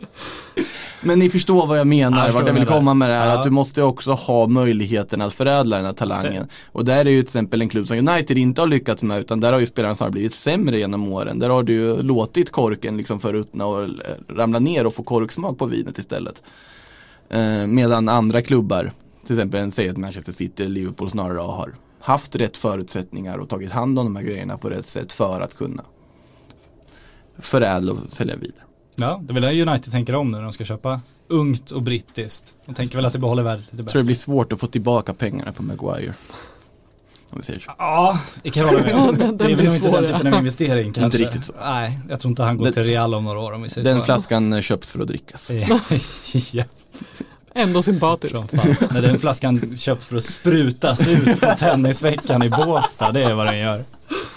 Speaker 7: Men ni förstår vad jag menar, vart jag vill komma med det här. Att du måste också ha möjligheten att förädla den här talangen. Och där är ju till exempel en klubb som United inte har lyckats med, utan där har ju spelarna snarare blivit sämre genom åren. Där har du ju låtit korken liksom förruttna och ramla ner och få korksmak på vinet istället. Medan andra klubbar, till exempel säg att Manchester City eller Liverpool snarare har haft rätt förutsättningar och tagit hand om de här grejerna på rätt sätt för att kunna förädla och sälja vidare.
Speaker 6: Ja, det är väl United tänker om nu när de ska köpa ungt och brittiskt. De tänker väl att det behåller värdet lite bättre.
Speaker 7: Jag tror det blir svårt att få tillbaka pengarna på Maguire. Om vi säger så.
Speaker 6: Ja, det kan hålla med. Det är väl inte den typen av investering kanske.
Speaker 7: Inte riktigt så.
Speaker 6: Nej, jag tror inte han går till Real om några år om vi säger
Speaker 7: den
Speaker 6: så.
Speaker 7: flaskan köps för att drickas.
Speaker 6: Ja.
Speaker 8: Ändå sympatiskt.
Speaker 6: När den flaskan köps för att sprutas ut på tennisveckan i Båstad, det är vad den gör.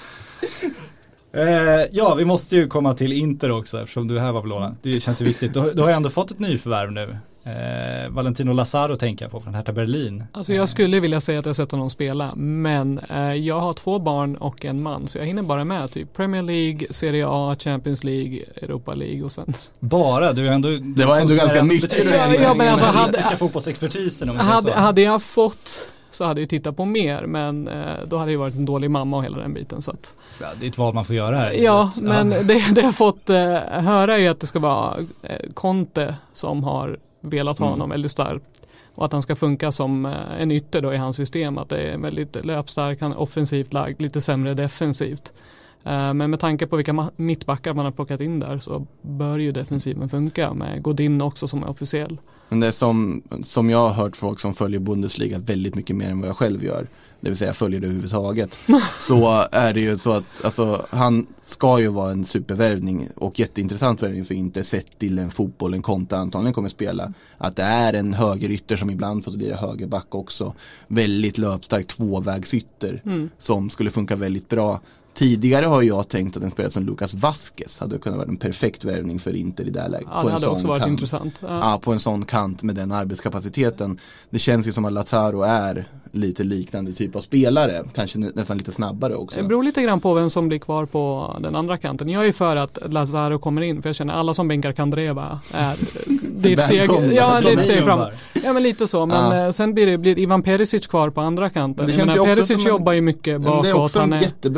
Speaker 6: Ja, vi måste ju komma till Inter också eftersom du är här, Vavlona. Det känns ju viktigt. Du har ju ändå fått ett nyförvärv nu. Valentino Lazaro tänker jag på från Hertha Berlin.
Speaker 8: Alltså jag skulle vilja säga att jag sett honom spela, men jag har 2 barn och en man så jag hinner bara med typ Premier League, Serie A, Champions League, Europa League och sen.
Speaker 6: Bara? Du är ändå,
Speaker 7: det var ändå ganska mycket.
Speaker 8: Ja, men alltså
Speaker 6: fotbollsexpertisen om
Speaker 8: hade jag fått så hade jag tittat på mer, men då hade jag varit en dålig mamma och hela den biten så att.
Speaker 6: Ja, det är ett val man får göra här.
Speaker 8: Ja, men det jag fått höra är att det ska vara Conte som har velat ha honom väldigt starkt och att han ska funka som en ytter då i hans system, att det är väldigt löpstark, han är offensivt lagd, lite sämre defensivt. Men med tanke på vilka mittbackar man har plockat in där så bör ju defensiven funka med Godin också som är officiell.
Speaker 7: Men det är som jag har hört folk som följer Bundesliga väldigt mycket mer än vad jag själv gör. Det vill säga följer det överhuvudtaget. Så är det ju så att alltså, han ska ju vara en supervärvning och jätteintressant värvning för inte sett till en fotboll en Conte antagligen kommer spela. Att det är en högerytter som ibland får bli högerback också. Väldigt löpstark tvåvägsytter som skulle funka väldigt bra. Tidigare har jag tänkt att en spelare som Lucas Vázquez hade kunnat vara en perfekt värvning för Inter i det här läget.
Speaker 8: Ja, det hade också varit intressant.
Speaker 7: Ja, på en sån kant med den arbetskapaciteten. Det känns ju som att Lazaro är lite liknande typ av spelare. Kanske nästan lite snabbare också.
Speaker 8: Det beror lite grann på vem som blir kvar på den andra kanten. Jag är ju för att Lazaro kommer in. För jag känner alla som bänkar Kandreva är det är ett steg. Ja, det är ett steg fram. Ja, men lite så. Men sen blir Ivan Perisic kvar på andra kanten. Perisic jobbar ju mycket bakåt.
Speaker 7: Det är också en jättebra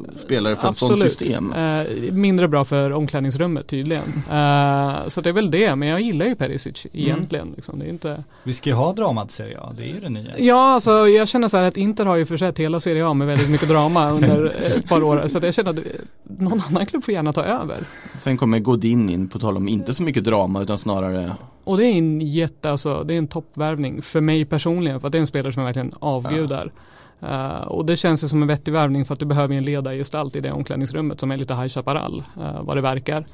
Speaker 7: spelare för ett sånt system.
Speaker 8: Mindre bra för omklädningsrummet tydligen. Så det är väl det, men jag gillar ju Perisic egentligen. Liksom. Det är inte...
Speaker 6: Vi ska ju ha dramat Serie A, det är ju det nya.
Speaker 8: Ja, alltså jag känner så här att Inter har ju försett hela Serie A med väldigt mycket drama under ett par år. Så att jag känner att någon annan klubb får gärna ta över.
Speaker 7: Sen kommer Godin in på tal om inte så mycket drama utan snarare...
Speaker 8: Och det är en det är en toppvärvning för mig personligen, för att det är en spelare som jag verkligen avgudar. Och det känns ju som en vettig värvning för att du behöver en ledargestalt i det omklädningsrummet som är lite High Chaparral, vad det verkar.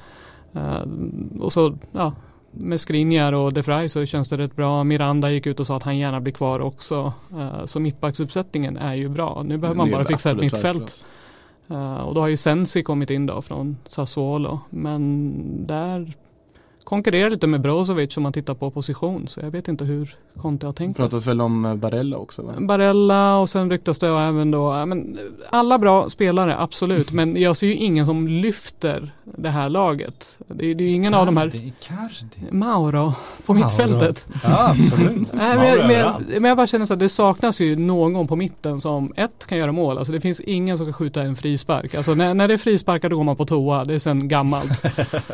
Speaker 8: Och så, ja, med Skriniar och De Vrij så känns det rätt bra. Miranda gick ut och sa att han gärna blir kvar också. Så mittbacksuppsättningen är ju bra. Nu behöver man bara fixa ett mittfält. Och då har ju Sensi kommit in då från Sassuolo. Men där konkurrerar lite med Brozovic om man tittar på position. Så jag vet inte hur Conte har tänkt.
Speaker 7: Pratas väl om Barella också, va?
Speaker 8: Barella och sen ryktas det även då. Men alla bra spelare, absolut. Men jag ser ju ingen som lyfter det här laget. Det är ju ingen av de här... Mauro på mittfältet.
Speaker 6: Ja, absolut.
Speaker 8: Men jag bara känner så att det saknas ju någon på mitten som kan göra mål. Alltså det finns ingen som kan skjuta en frispark. Alltså när det är frisparkar då går man på toa. Det är sen gammalt.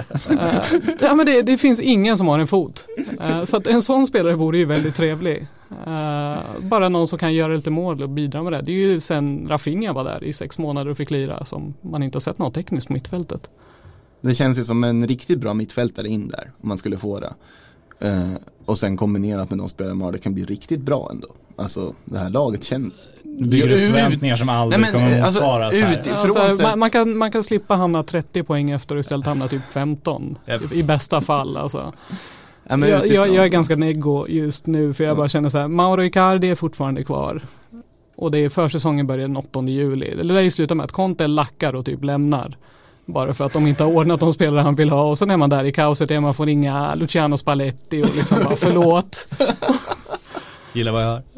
Speaker 8: Ja, men det finns ingen som har en fot. Så att en sån spelare vore ju väldigt trevlig. Bara någon som kan göra lite mål och bidra med det. Det är ju sen Rafinha var där i 6 månader och fick lira som man inte har sett något tekniskt på mittfältet.
Speaker 7: Det känns ju som en riktigt bra mittfältare in där om man skulle få det. Och sen kombinerat med de spelare man har, det kan bli riktigt bra ändå. Alltså det här laget känns...
Speaker 6: Bygger upp förväntningar som aldrig kommer att motsvara.
Speaker 8: Man kan slippa hamna 30 poäng efter och istället hamna typ 15 i bästa fall. Alltså. Jag är ganska neggo just nu för jag bara känner så här, Mauro Icardi är fortfarande kvar. Och det är försäsongen börjar den 8 juli. Det lär ju sluta med att Conte lackar och typ lämnar. Bara för att de inte har ordnat de spelare han vill ha. Och sen är man där i kaoset där man får ringa Luciano Spalletti och liksom bara förlåt.
Speaker 6: Gillar vad jag hör.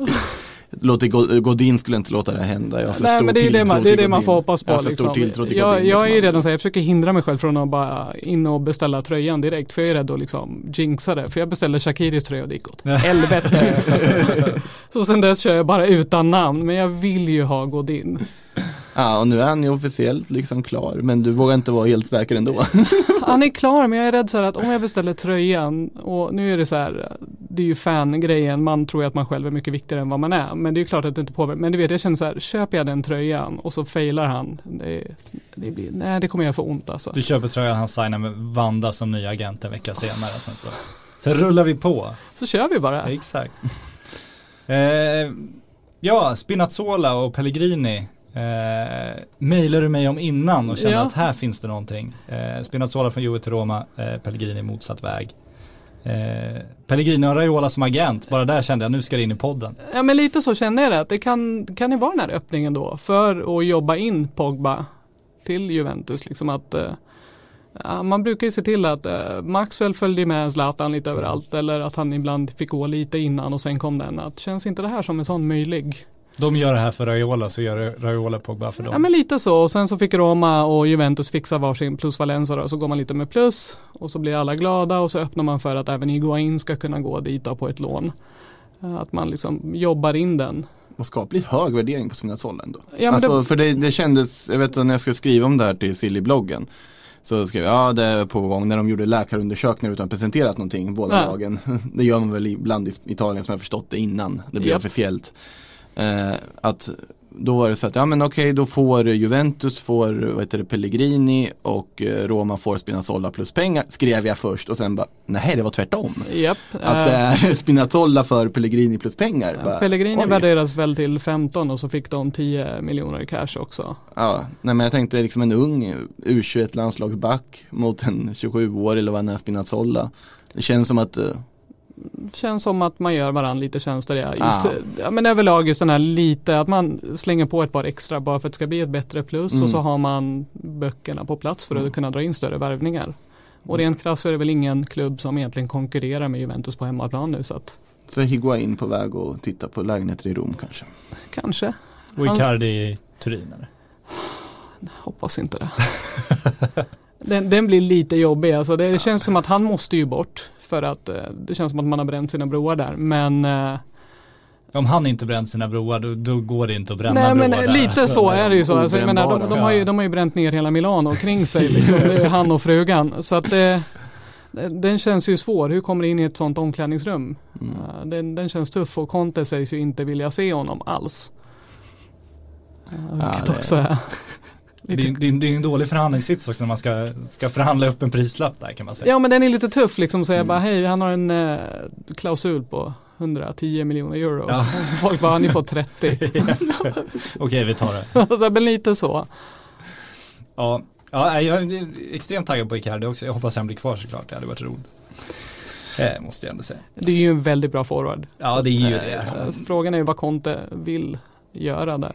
Speaker 7: Godin skulle inte låta det hända.
Speaker 8: Nej, men det är det man får hoppas på. Jag är redan så här, jag försöker hindra mig själv från att bara in och beställa tröjan direkt. För jag är rädd att liksom jinxa det. För jag beställde Shakiris tröja och det gick åt helvete. Så sen dess kör jag bara utan namn. Men jag vill ju ha Godin.
Speaker 7: Ja, och nu är han ju officiellt liksom klar. Men du vågar inte vara helt säker ändå.
Speaker 8: Han är klar, men jag är rädd så här att om jag beställer tröjan, och nu är det så här, det är ju fan-grejen, man tror att man själv är mycket viktigare än vad man är, men det är ju klart att det inte påverkar. Men du vet, jag känner så här, köper jag den tröjan och så failar han, det kommer jag få ont alltså.
Speaker 6: Du köper tröjan, han signar med Vanda som ny agent en vecka senare, sen rullar vi på.
Speaker 8: Så kör vi bara.
Speaker 6: Exakt. Spinazzola och Pellegrini mejlade du mig om innan och kände att här finns det någonting. Spinazzola från Juve till Roma, Pellegrini motsatt väg. Pellegrini och Raiola som agent, bara där kände jag nu ska det in i podden.
Speaker 8: Ja, men lite så känner jag det kan det vara den här öppningen då för att jobba in Pogba till Juventus liksom att man brukar ju se till att Maxwell följde med Zlatan lite överallt eller att han ibland fick gå lite innan och sen kom den. Att känns inte det här som en sån möjlig?
Speaker 6: De gör det här för Raiola så gör Raiola Pogba för dem.
Speaker 8: Ja, men lite så. Och sen så fick Roma och Juventus fixa varsin plus Valencia då. Så går man lite med plus och så blir alla glada och så öppnar man för att även Higuain ska kunna gå dit på ett lån. Att man liksom jobbar in den.
Speaker 7: Och skapligt hög värdering på Spinazzola ändå.
Speaker 8: Ja,
Speaker 7: alltså, för det kändes, jag vet att när jag ska skriva om det här till Silly-bloggen så skrev jag, det är på gång när de gjorde läkarundersökningar utan presenterat någonting, båda lagen. Det gör man väl ibland i Italien som jag förstått det innan det blev officiellt. Att då var det så att då får Juventus Pellegrini och Roma får Spinazzola plus pengar, skrev jag först och sen bara, nej det var tvärtom. Att det är Spinazzola för Pellegrini plus pengar.
Speaker 8: Pellegrini värderas väl till 15 och så fick de 10 miljoner i cash också.
Speaker 7: Ja, nej men jag tänkte liksom en ung U21 landslagsback mot en 27-årig eller vad han är, Spinazzola. Det känns som att man gör varandra lite tjänster. Men överlag just den här lite att man slänger på ett par extra bara för att det ska bli ett bättre plus och så har man böckerna på plats för att kunna dra in större värvningar. Och rent krasst är det väl ingen klubb som egentligen konkurrerar med Juventus på hemmaplan nu. Så Higuain på väg och titta på lägenheter i Rom kanske?
Speaker 8: Kanske.
Speaker 6: Och Icardi i Turin eller?
Speaker 8: Hoppas inte det. Den blir lite jobbig. Alltså det känns som att han måste ju bort. För att det känns som att man har bränt sina broar där. Men
Speaker 6: Om han inte bränt sina broar, då går det inte att bränna
Speaker 8: Nej,
Speaker 6: broar
Speaker 8: men
Speaker 6: där.
Speaker 8: lite så är det ju så. Alltså, jag menar, de har ju bränt ner hela Milano kring sig. Liksom. Det är han och frugan. Så att den känns ju svår. Hur kommer det in i ett sånt omklädningsrum? Den känns tuff och Conte sägs ju inte vilja se honom alls. Vilket också är...
Speaker 6: Det är en dålig förhandlingssits också när man ska förhandla upp en prislapp där, kan man säga.
Speaker 8: Ja, men den är lite tuff liksom. Säga bara, hej, han har en klausul på 110 miljoner euro. Ja. Folk bara, ni får 30.
Speaker 6: Okej, vi tar det.
Speaker 8: Så, men lite så.
Speaker 6: Ja, jag är extremt taggad på Icardi också. Jag hoppas han blir kvar såklart. Det hade varit roligt. Måste jag ändå säga.
Speaker 8: Det är ju en väldigt bra forward.
Speaker 6: Ja,
Speaker 8: så
Speaker 6: det är ju det.
Speaker 8: Frågan är ju vad Conte vill göra där.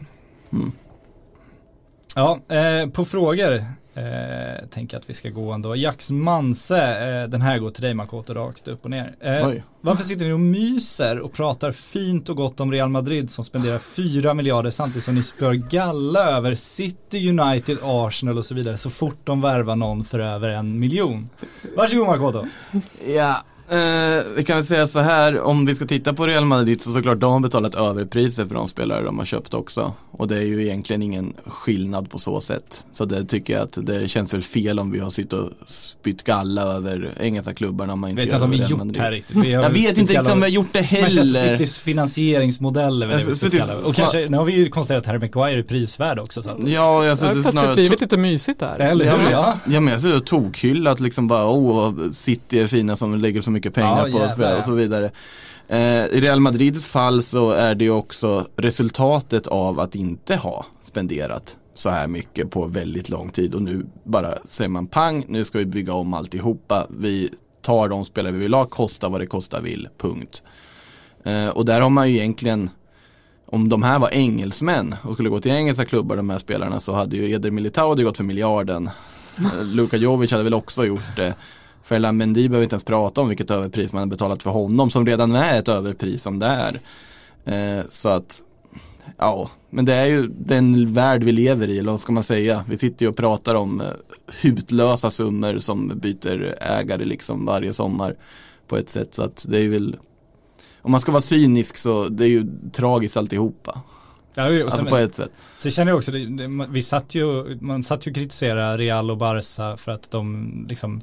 Speaker 6: Ja, på frågor tänker jag att vi ska gå ändå. Jax Manse, den här går till dig Makoto, rakt upp och ner. Varför sitter ni och myser och pratar fint och gott om Real Madrid som spenderar 4 miljarder samtidigt som ni spör galla över City, United, Arsenal och så vidare så fort de värvar någon för över 1 miljon? Varsågod Makoto.
Speaker 7: Ja. Vi kan väl säga så här, om vi ska titta på Real Madrid så såklart de har betalat överpriser för de spelare de har köpt också. Och det är ju egentligen ingen skillnad på så sätt. Så det tycker jag att det känns väl fel om vi har sitt och spytt galla över engelska klubbarna om man inte gör det.
Speaker 6: Vet inte om vi gjort här riktigt.
Speaker 7: Jag vet inte riktigt om vi har gjort det heller.
Speaker 6: Manchester Citys finansieringsmodell och kanske, nu har vi ju konstaterat att Harry Maguire är prisvärd också. Så att...
Speaker 7: Ja, jag
Speaker 8: det har plötsligt blivit lite mysigt där.
Speaker 6: Eller hur? Ja,
Speaker 7: men jag ser tokhyllat liksom bara, City är fina som lägger så mycket pengar på spel och så vidare. I Real Madrids fall så är det ju också resultatet av att inte ha spenderat så här mycket på väldigt lång tid och nu bara säger man pang, nu ska vi bygga om alltihopa, vi tar de spelare vi vill ha, kosta vad det kostar vill, punkt. Och där har man ju egentligen, om de här var engelsmän och skulle gå till engelska klubbar de här spelarna, så hade ju Eder Militao gått för miljarden. Luka Jovic hade väl också gjort det. För Mendy behöver inte ens prata om vilket överpris man har betalat för honom, som redan är ett överpris som det är. Så att, ja, men det är ju den värld vi lever i, eller vad ska man säga. Vi sitter ju och pratar om hutlösa summor som byter ägare liksom varje sommar på ett sätt. Så att det är väl, om man ska vara cynisk så det är ju tragiskt alltihopa.
Speaker 6: Ja,
Speaker 7: alltså på ett sätt.
Speaker 6: Så känner jag också, man satt ju och kritiserade Real och Barca för att de liksom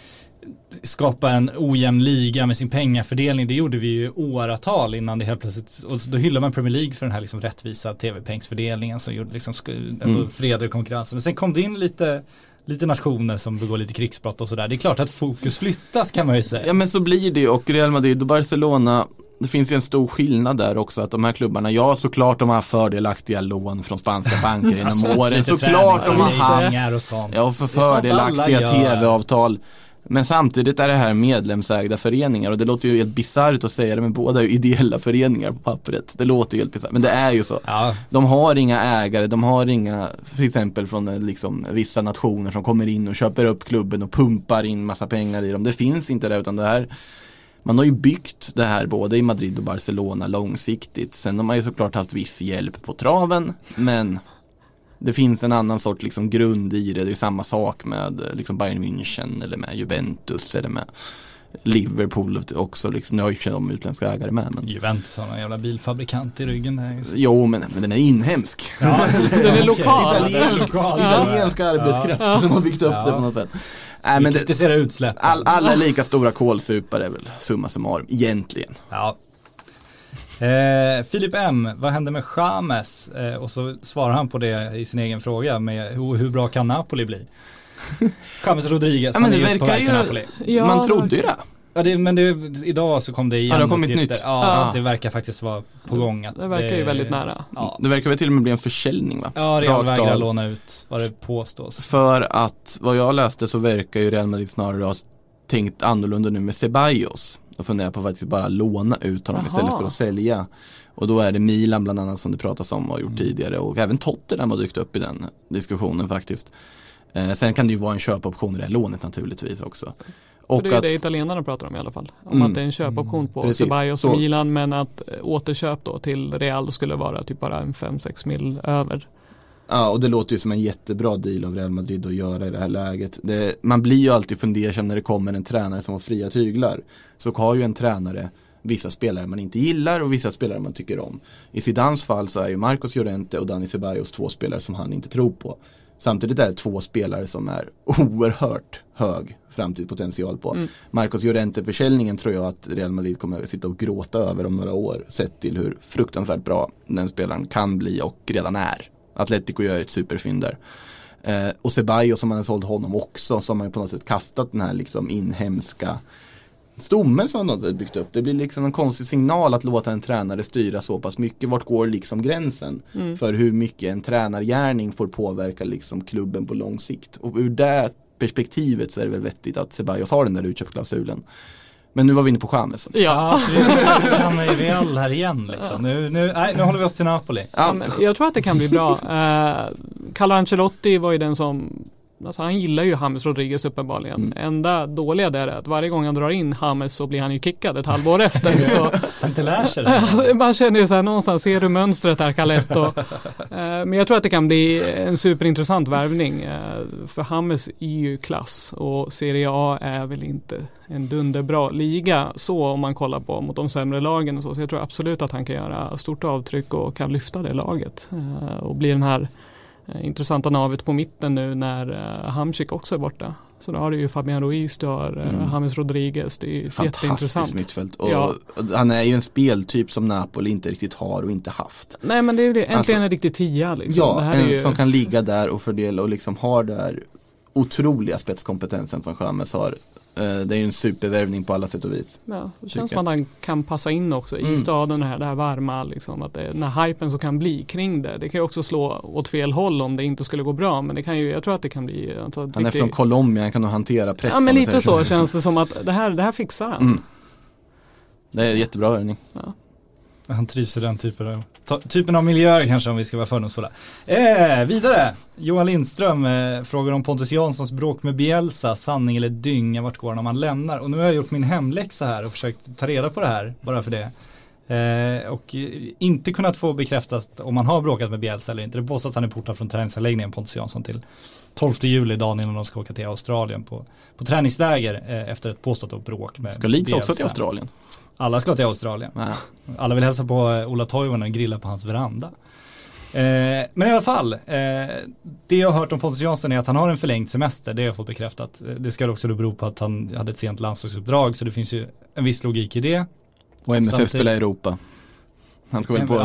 Speaker 6: skapa en ojämn liga med sin pengafördelning. Det gjorde vi ju åratal innan det helt plötsligt, och då hyllar man Premier League för den här liksom rättvisa tv-pengsfördelningen som gjorde liksom fredlig konkurrens. Men sen kom det in lite nationer som begår lite krigsbrott och sådär. Det är klart att fokus flyttas, kan man ju säga.
Speaker 7: Ja, men så blir det ju, och Real Madrid och Barcelona, det finns ju en stor skillnad där också, att de här klubbarna, ja såklart de har fördelaktiga lån från spanska banker inom åren, såklart de har haft för fördelaktiga tv-avtal. Men samtidigt är det här medlemsägda föreningar, och det låter ju helt bisarrt att säga det, men båda är ju ideella föreningar på pappret. Det låter ju helt bisarrt, men det är ju så. Ja. De har inga ägare, de har inga, till exempel från liksom vissa nationer som kommer in och köper upp klubben och pumpar in massa pengar i dem. Det finns inte det, utan det här, man har ju byggt det här både i Madrid och Barcelona långsiktigt. Sen har man ju såklart haft viss hjälp på traven, men det finns en annan sort liksom grund i det. Det är samma sak med liksom Bayern München eller med Juventus eller med Liverpool också. Liksom. Nu har ju inte de utländska ägare med. Men...
Speaker 6: Juventus har en jävla bilfabrikant i ryggen. Där.
Speaker 7: Jo, men den är inhemsk.
Speaker 8: Ja, den är lokal.
Speaker 7: Italienska arbetskraft som har byggt upp det på något sätt.
Speaker 6: Nej, men kritisera utsläpp.
Speaker 7: Alla är lika stora kolsupare är väl summa summarum egentligen.
Speaker 6: Ja. Filip M, vad hände med James? Och så svarar han på det i sin egen fråga med hur bra kan Napoli bli? James Rodriguez,
Speaker 7: ja, men det verkar ju, Napoli. Ja, man trodde ju det.
Speaker 6: Ja, men idag så kom det igen.
Speaker 7: Ja, det har kommit nytt.
Speaker 6: Ja, så det verkar faktiskt vara på gång. Att
Speaker 8: det verkar ju väldigt nära.
Speaker 7: Ja. Det verkar väl till och med bli en försäljning, va?
Speaker 6: Ja, Real vägrar låna ut vad det påstås.
Speaker 7: För att, vad jag läste, så verkar ju Real Madrid snarare ha tänkt annorlunda nu med Ceballos. Och funderar på att faktiskt bara låna ut honom istället för att sälja. Och då är det Milan bland annat som det pratas om och har gjort tidigare. Och även Tottenham har dykt upp i den diskussionen faktiskt. Sen kan det ju vara en köpoption i det här lånet naturligtvis också.
Speaker 8: Och det är det italienarna pratar om i alla fall. Om att det är en köpoption på Ceballos och Milan, men att återköp då till Real skulle vara typ bara en 5-6 mil över.
Speaker 7: Ja, och det låter ju som en jättebra deal av Real Madrid att göra i det här läget. Man blir ju alltid fundersam när det kommer en tränare som har fria tyglar. Så har ju en tränare vissa spelare man inte gillar och vissa spelare man tycker om. I Zidanes fall så är ju Marcos Llorente och Dani Ceballos 2 spelare som han inte tror på. Samtidigt är det 2 spelare som är oerhört hög framtidspotential på. Marcos Llorente-försäljningen tror jag att Real Madrid kommer att sitta och gråta över om några år, sett till hur fruktansvärt bra den spelaren kan bli och redan är. Atletico gör ett superfynd där. Och Ceballos som man har sålt honom också, som har på något sätt kastat den här liksom inhemska stommen som de har byggt upp. Det blir liksom en konstig signal att låta en tränare styra så pass mycket. Vart går liksom gränsen för hur mycket en tränargärning får påverka liksom klubben på lång sikt. Och ur det perspektivet så är det väl vettigt att Ceballos har den där utköpsklausulen. Men nu var vi inne på James.
Speaker 6: Ja, han är Real här igen liksom. Nu håller vi oss till Napoli.
Speaker 8: Ja, men jag tror att det kan bli bra. Carlo Ancelotti var ju den som, alltså han gillar ju James Rodriguez uppenbarligen. Enda dåliga där är att varje gång han drar in James så blir han ju kickad ett halvår efter. Så
Speaker 6: han inte lär sig det.
Speaker 8: Man känner ju så här, någonstans ser du mönstret här, Caletto. Men jag tror att det kan bli en superintressant värvning. För James är ju klass och Serie A är väl inte en dunderbra liga så om man kollar på mot de sämre lagen och så jag tror absolut att han kan göra stort avtryck och kan lyfta det laget och bli den här intressanta navet på mitten nu när Hamsik också är borta. Så då har du ju Fabian Ruiz, du har James Rodriguez, det är jätteintressant.
Speaker 7: Fantastiskt mittfält och han är ju en speltyp som Napoli inte riktigt har och inte haft.
Speaker 8: Nej men det är ju det, äntligen en riktig 10 liksom.
Speaker 7: Ja,
Speaker 8: det här är ju
Speaker 7: som kan ligga där och fördela och liksom har där otroliga spetskompetensen som James har. Det är ju en supervärvning på alla sätt och vis.
Speaker 8: Ja, det känns som att han kan passa in också i staden här, det här varma liksom, att den här hypen som kan bli kring det. Det kan ju också slå åt fel håll om det inte skulle gå bra, men det kan ju, jag tror att det kan bli alltså,
Speaker 7: han är från Colombia, han kan nog hantera pressen.
Speaker 8: Ja men lite så känns det som att det här fixar han.
Speaker 7: Det är en jättebra värvning.
Speaker 6: Ja. Han trivs i den typen av miljöer kanske, om vi ska vara fördomsfulla. Vidare, Johan Lindström frågar om Pontus Janssons bråk med Bielsa, sanning eller dynga, vart går han om han lämnar? Och nu har jag gjort min hemläxa här och försökt ta reda på det här, bara för det. Och inte kunnat få bekräftat om man har bråkat med Bielsa eller inte. Det påstås att han är portad från träningsanläggningen, Pontus Jansson, till 12 juli, dagen innan de ska åka till Australien på träningsläger efter ett påstått bråk med
Speaker 7: Ska Leeds
Speaker 6: Bielsa.
Speaker 7: också till Australien?
Speaker 6: Alla ska till Australien. Alla vill hälsa på Ola Toivonen och grilla på hans veranda. Men i alla fall, det jag har hört om Pontus Jansson är att han har en förlängd semester. Det har jag fått bekräftat. Det ska också då bero på att han hade ett sent landslagsuppdrag, så det finns ju en viss logik i det.
Speaker 7: Och MFF spelar i Europa. Han ska väl på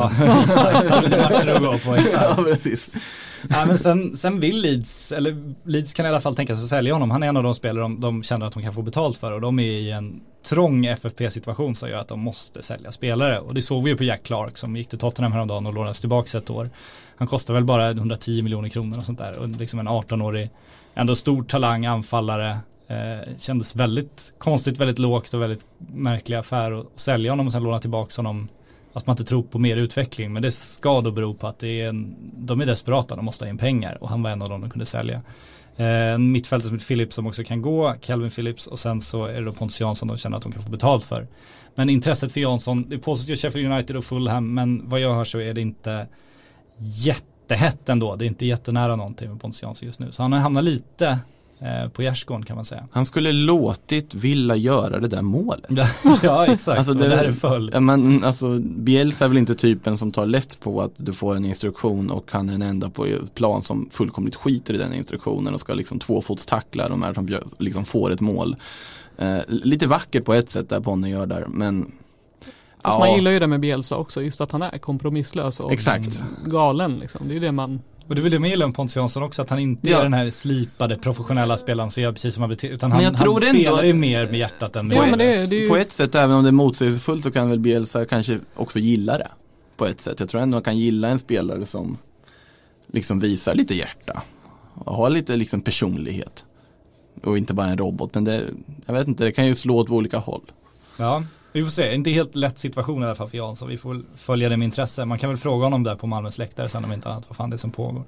Speaker 6: ja, precis. Ja, men sen vill Leeds kan i alla fall tänka sig att sälja honom. Han är en av de spelare de känner att de kan få betalt för, och de är i en trång FFP-situation som gör att de måste sälja spelare. Och det såg vi ju på Jack Clark som gick till Tottenham häromdagen och lånades tillbaka ett år. Han kostar väl bara 110 miljoner kronor och sånt där. Och liksom en 18-årig, ändå stor talang, anfallare. Kändes väldigt konstigt, väldigt lågt och väldigt märklig affär att sälja honom och sen låna tillbaka honom. Att man inte tror på mer utveckling, men det ska då bero på att de är desperata, de måste ha in pengar, och han var en av dem de kunde sälja. En mittfältare som heter Phillips som också kan gå, Calvin Phillips, och sen så är det då Pontus Jansson de känner att de kan få betalt för. Men intresset för Jansson, det påstås ju Sheffield United och Fulham, men vad jag hör så är det inte jättehett ändå, det är inte jättenära någonting med Pontus Jansson just nu, så han har hamnat lite på gärdsgården kan man säga. Han
Speaker 7: skulle låtit vilja göra det där målet.
Speaker 6: Ja, exakt.
Speaker 7: Alltså
Speaker 6: det där är full.
Speaker 7: Men alltså Bielsa är väl inte typen som tar lätt på att du får en instruktion och han är den enda på ett plan som fullkomligt skiter i den instruktionen och ska liksom tvåfotstackla de här som liksom får ett mål. Lite vackert på ett sätt där Bonne gör där, men
Speaker 8: fast man gillar ju det med Bielsa också, just att han är kompromisslös och
Speaker 7: exakt
Speaker 8: galen liksom. Det är ju det man.
Speaker 6: Och det vill det med gilla om Pontus Jansson också, att han inte är den här slipade professionella spelaren som gör precis som han beter, utan han spelar ju mer med hjärtat än med
Speaker 8: det
Speaker 7: på ett sätt, även om det är motsägelsefullt, så kan väl Bielsa kanske också gilla det på ett sätt. Jag tror ändå man kan gilla en spelare som liksom visar lite hjärta och har lite liksom personlighet och inte bara en robot, men jag vet inte, det kan ju slå åt olika håll.
Speaker 6: Ja. Vi får se, inte helt lätt situation i alla fall för Jansson. Vi får följa det med intresse. Man kan väl fråga honom där på Malmös läktare sen om inte annat vad fan det är som pågår.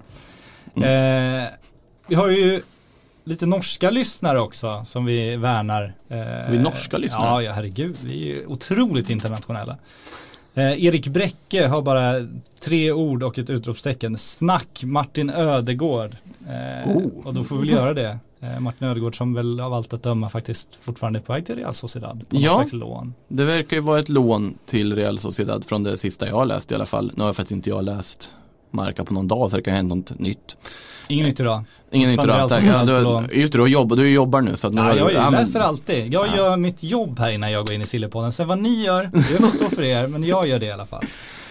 Speaker 6: Vi har ju lite norska lyssnare också som vi värnar.
Speaker 7: Vi norska lyssnare?
Speaker 6: Ja, herregud. Vi är otroligt internationella. Erik Bräcke har bara 3 ord och ett utropstecken. Snack Martin Ödegård. Och då får vi väl göra det. Martin Ödegaard som väl av allt att döma faktiskt fortfarande är på väg till Real Sociedad på något slags lån.
Speaker 7: Det verkar ju vara ett lån till Real Sociedad från det sista jag har läst i alla fall. Nu har jag faktiskt inte läst Marca på någon dag, så det kan hända något nytt.
Speaker 6: Ingen nytt idag.
Speaker 7: Ingen nytt idag. Just det, du jobbar nu. Så att
Speaker 6: jag läser alltid. Jag gör mitt jobb här innan jag går in i Sillypodden. Sen vad ni gör, det får stå för er, men jag gör det i alla fall.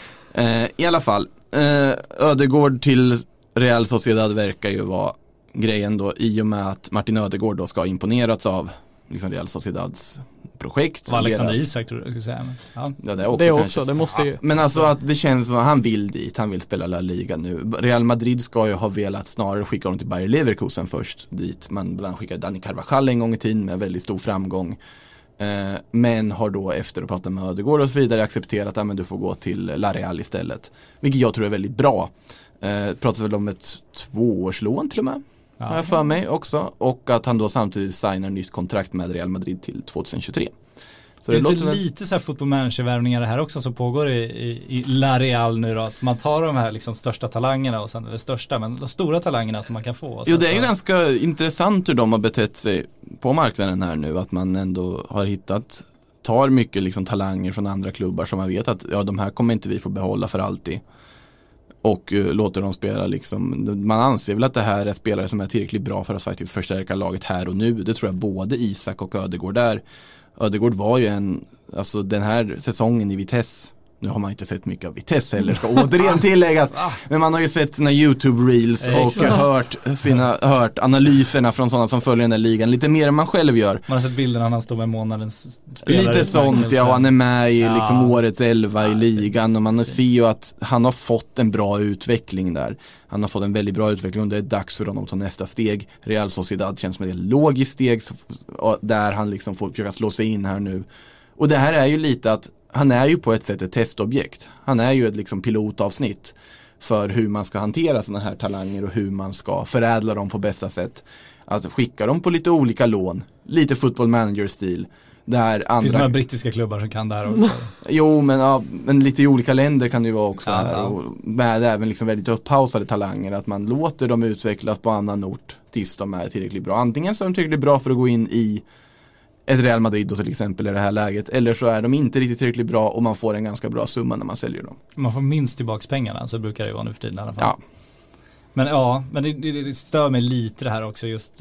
Speaker 7: I alla fall, Ödegaard till Real Sociedad verkar ju vara grejen då, i och med att Martin Ödegaard då ska ha imponerats av liksom Real Sociedads projekt.
Speaker 6: Och Alexander Isak tror jag skulle säga. Men,
Speaker 7: ja,
Speaker 8: det också, det måste ju.
Speaker 7: Men alltså att det känns som att han vill dit, han vill spela La Liga nu. Real Madrid ska ju ha velat snarare skicka honom till Bayer Leverkusen först dit. Man bland skickade Dani Carvajal en gång i tiden med väldigt stor framgång. Men har då efter att prata med Ödegaard och så vidare accepterat att du får gå till La Real istället. Vilket jag tror är väldigt bra. Pratar väl om ett 2-årslån till och med. Har jag för mig också. Och att han då samtidigt signar nytt kontrakt med Real Madrid till 2023. Så
Speaker 6: det låter lite så här football manager-värvningar det här också som pågår i La Real nu då. Att man tar de här liksom största talangerna och sen det största, men de stora talangerna som man kan få.
Speaker 7: Jo, det är ju ganska intressant hur de har betett sig på marknaden här nu. Att man ändå har tar mycket liksom talanger från andra klubbar som man vet att de här kommer inte vi få behålla för alltid. Och låter dem spela liksom, man anser väl att det här är spelare som är tillräckligt bra för att faktiskt förstärka laget här och nu. Det tror jag både Isak och Ödegaard där. Ödegaard var ju alltså den här säsongen i Vitesse. Nu har man inte sett mycket av Vitesse heller, ska återigen tilläggas. Men man har ju sett sina YouTube-reels och hört analyserna från sådana som följer den där ligan. Lite mer än man själv gör.
Speaker 6: Man har sett bilderna när han står med månadens spelare.
Speaker 7: Lite sånt, och han är med i liksom årets 11 i ligan. Och man ser ju att han har fått en bra utveckling där. Han har fått en väldigt bra utveckling och det är dags för honom att ta nästa steg. Real Sociedad känns som ett logiskt steg där han liksom får försöka slå sig in här nu. Och det här är ju lite att han är ju på ett sätt ett testobjekt. Han är ju ett liksom pilotavsnitt för hur man ska hantera sådana här talanger och hur man ska förädla dem på bästa sätt. Att skicka dem på lite olika lån, lite football manager-stil. Där
Speaker 6: finns några brittiska klubbar som kan det här också.
Speaker 7: Jo, men lite i olika länder kan det ju vara också här. Och med även liksom väldigt upphausade talanger. Att man låter dem utvecklas på annan ort tills de är tillräckligt bra. Antingen så är de tillräckligt bra för att gå in i ett Real Madrid då till exempel i det här läget. Eller så är de inte riktigt tillräckligt bra och man får en ganska bra summa när man säljer dem.
Speaker 6: Man får minst tillbaka pengarna, så brukar det vara nu för tiden i alla fall.
Speaker 7: Ja.
Speaker 6: Men det stör mig lite det här också just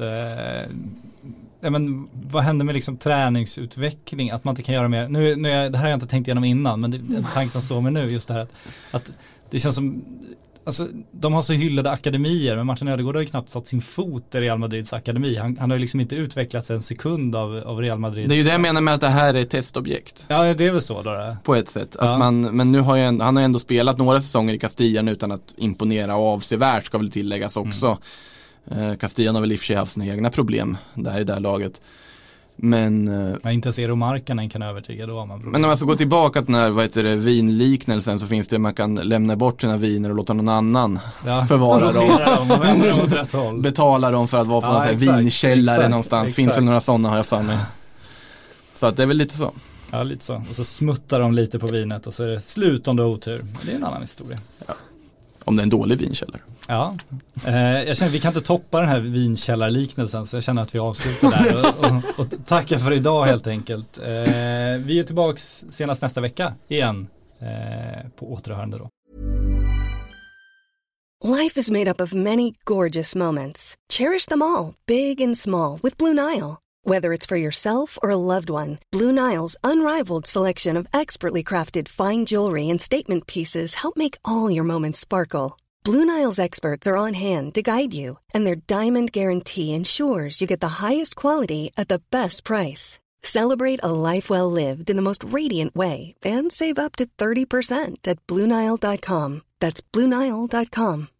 Speaker 6: men vad händer med liksom träningsutveckling, att man inte kan göra mer. Det här har jag inte tänkt igenom innan, men det är en tanke som står mig nu just det här att det känns som, alltså, de har så hyllade akademier, men Martin Ödegaard har ju knappt satt sin fot i Real Madrids akademi. Han har ju liksom inte utvecklats en sekund av Real Madrid.
Speaker 7: Det är ju det jag menar med att det här är ett testobjekt.
Speaker 6: Ja, det är väl så då.
Speaker 7: På ett sätt. Att men nu har han har ändå spelat några säsonger i Castilla utan att imponera, och avsevärt ska väl tilläggas också. Castilla har väl i och för sig haft sina egna problem där i det här laget. Men
Speaker 6: inte ens Eero Markkanen kan övertyga då.
Speaker 7: Men om man ska gå tillbaka till den här vinliknelsen, så finns det man kan lämna bort sina viner och låta någon annan förvara dem. Betala dem för att vara på någon exakt, vinkällare någonstans. Exakt. Finns väl några sådana, har jag för mig. Så att det är väl lite så.
Speaker 6: Ja, lite så. Och så smuttar de lite på vinet och så är det slut om det är otur. Men det är en annan historia.
Speaker 7: Ja. Om det är en dålig vinkällare.
Speaker 6: Ja, jag känner att vi kan inte toppa den här vinkällarliknelsen, så jag känner att vi avslutar där och tackar för idag helt enkelt. Vi är tillbaks senast nästa vecka igen på återhörande då.
Speaker 5: Life is made up of many gorgeous moments. Cherish them all, big and small, with Blue Nile. Whether it's for yourself or a loved one, Blue Nile's unrivaled selection of expertly crafted fine jewelry and statement pieces help make all your moments sparkle. Blue Nile's experts are on hand to guide you, and their diamond guarantee ensures you get the highest quality at the best price. Celebrate a life well lived in the most radiant way and save up to 30% at BlueNile.com. That's BlueNile.com.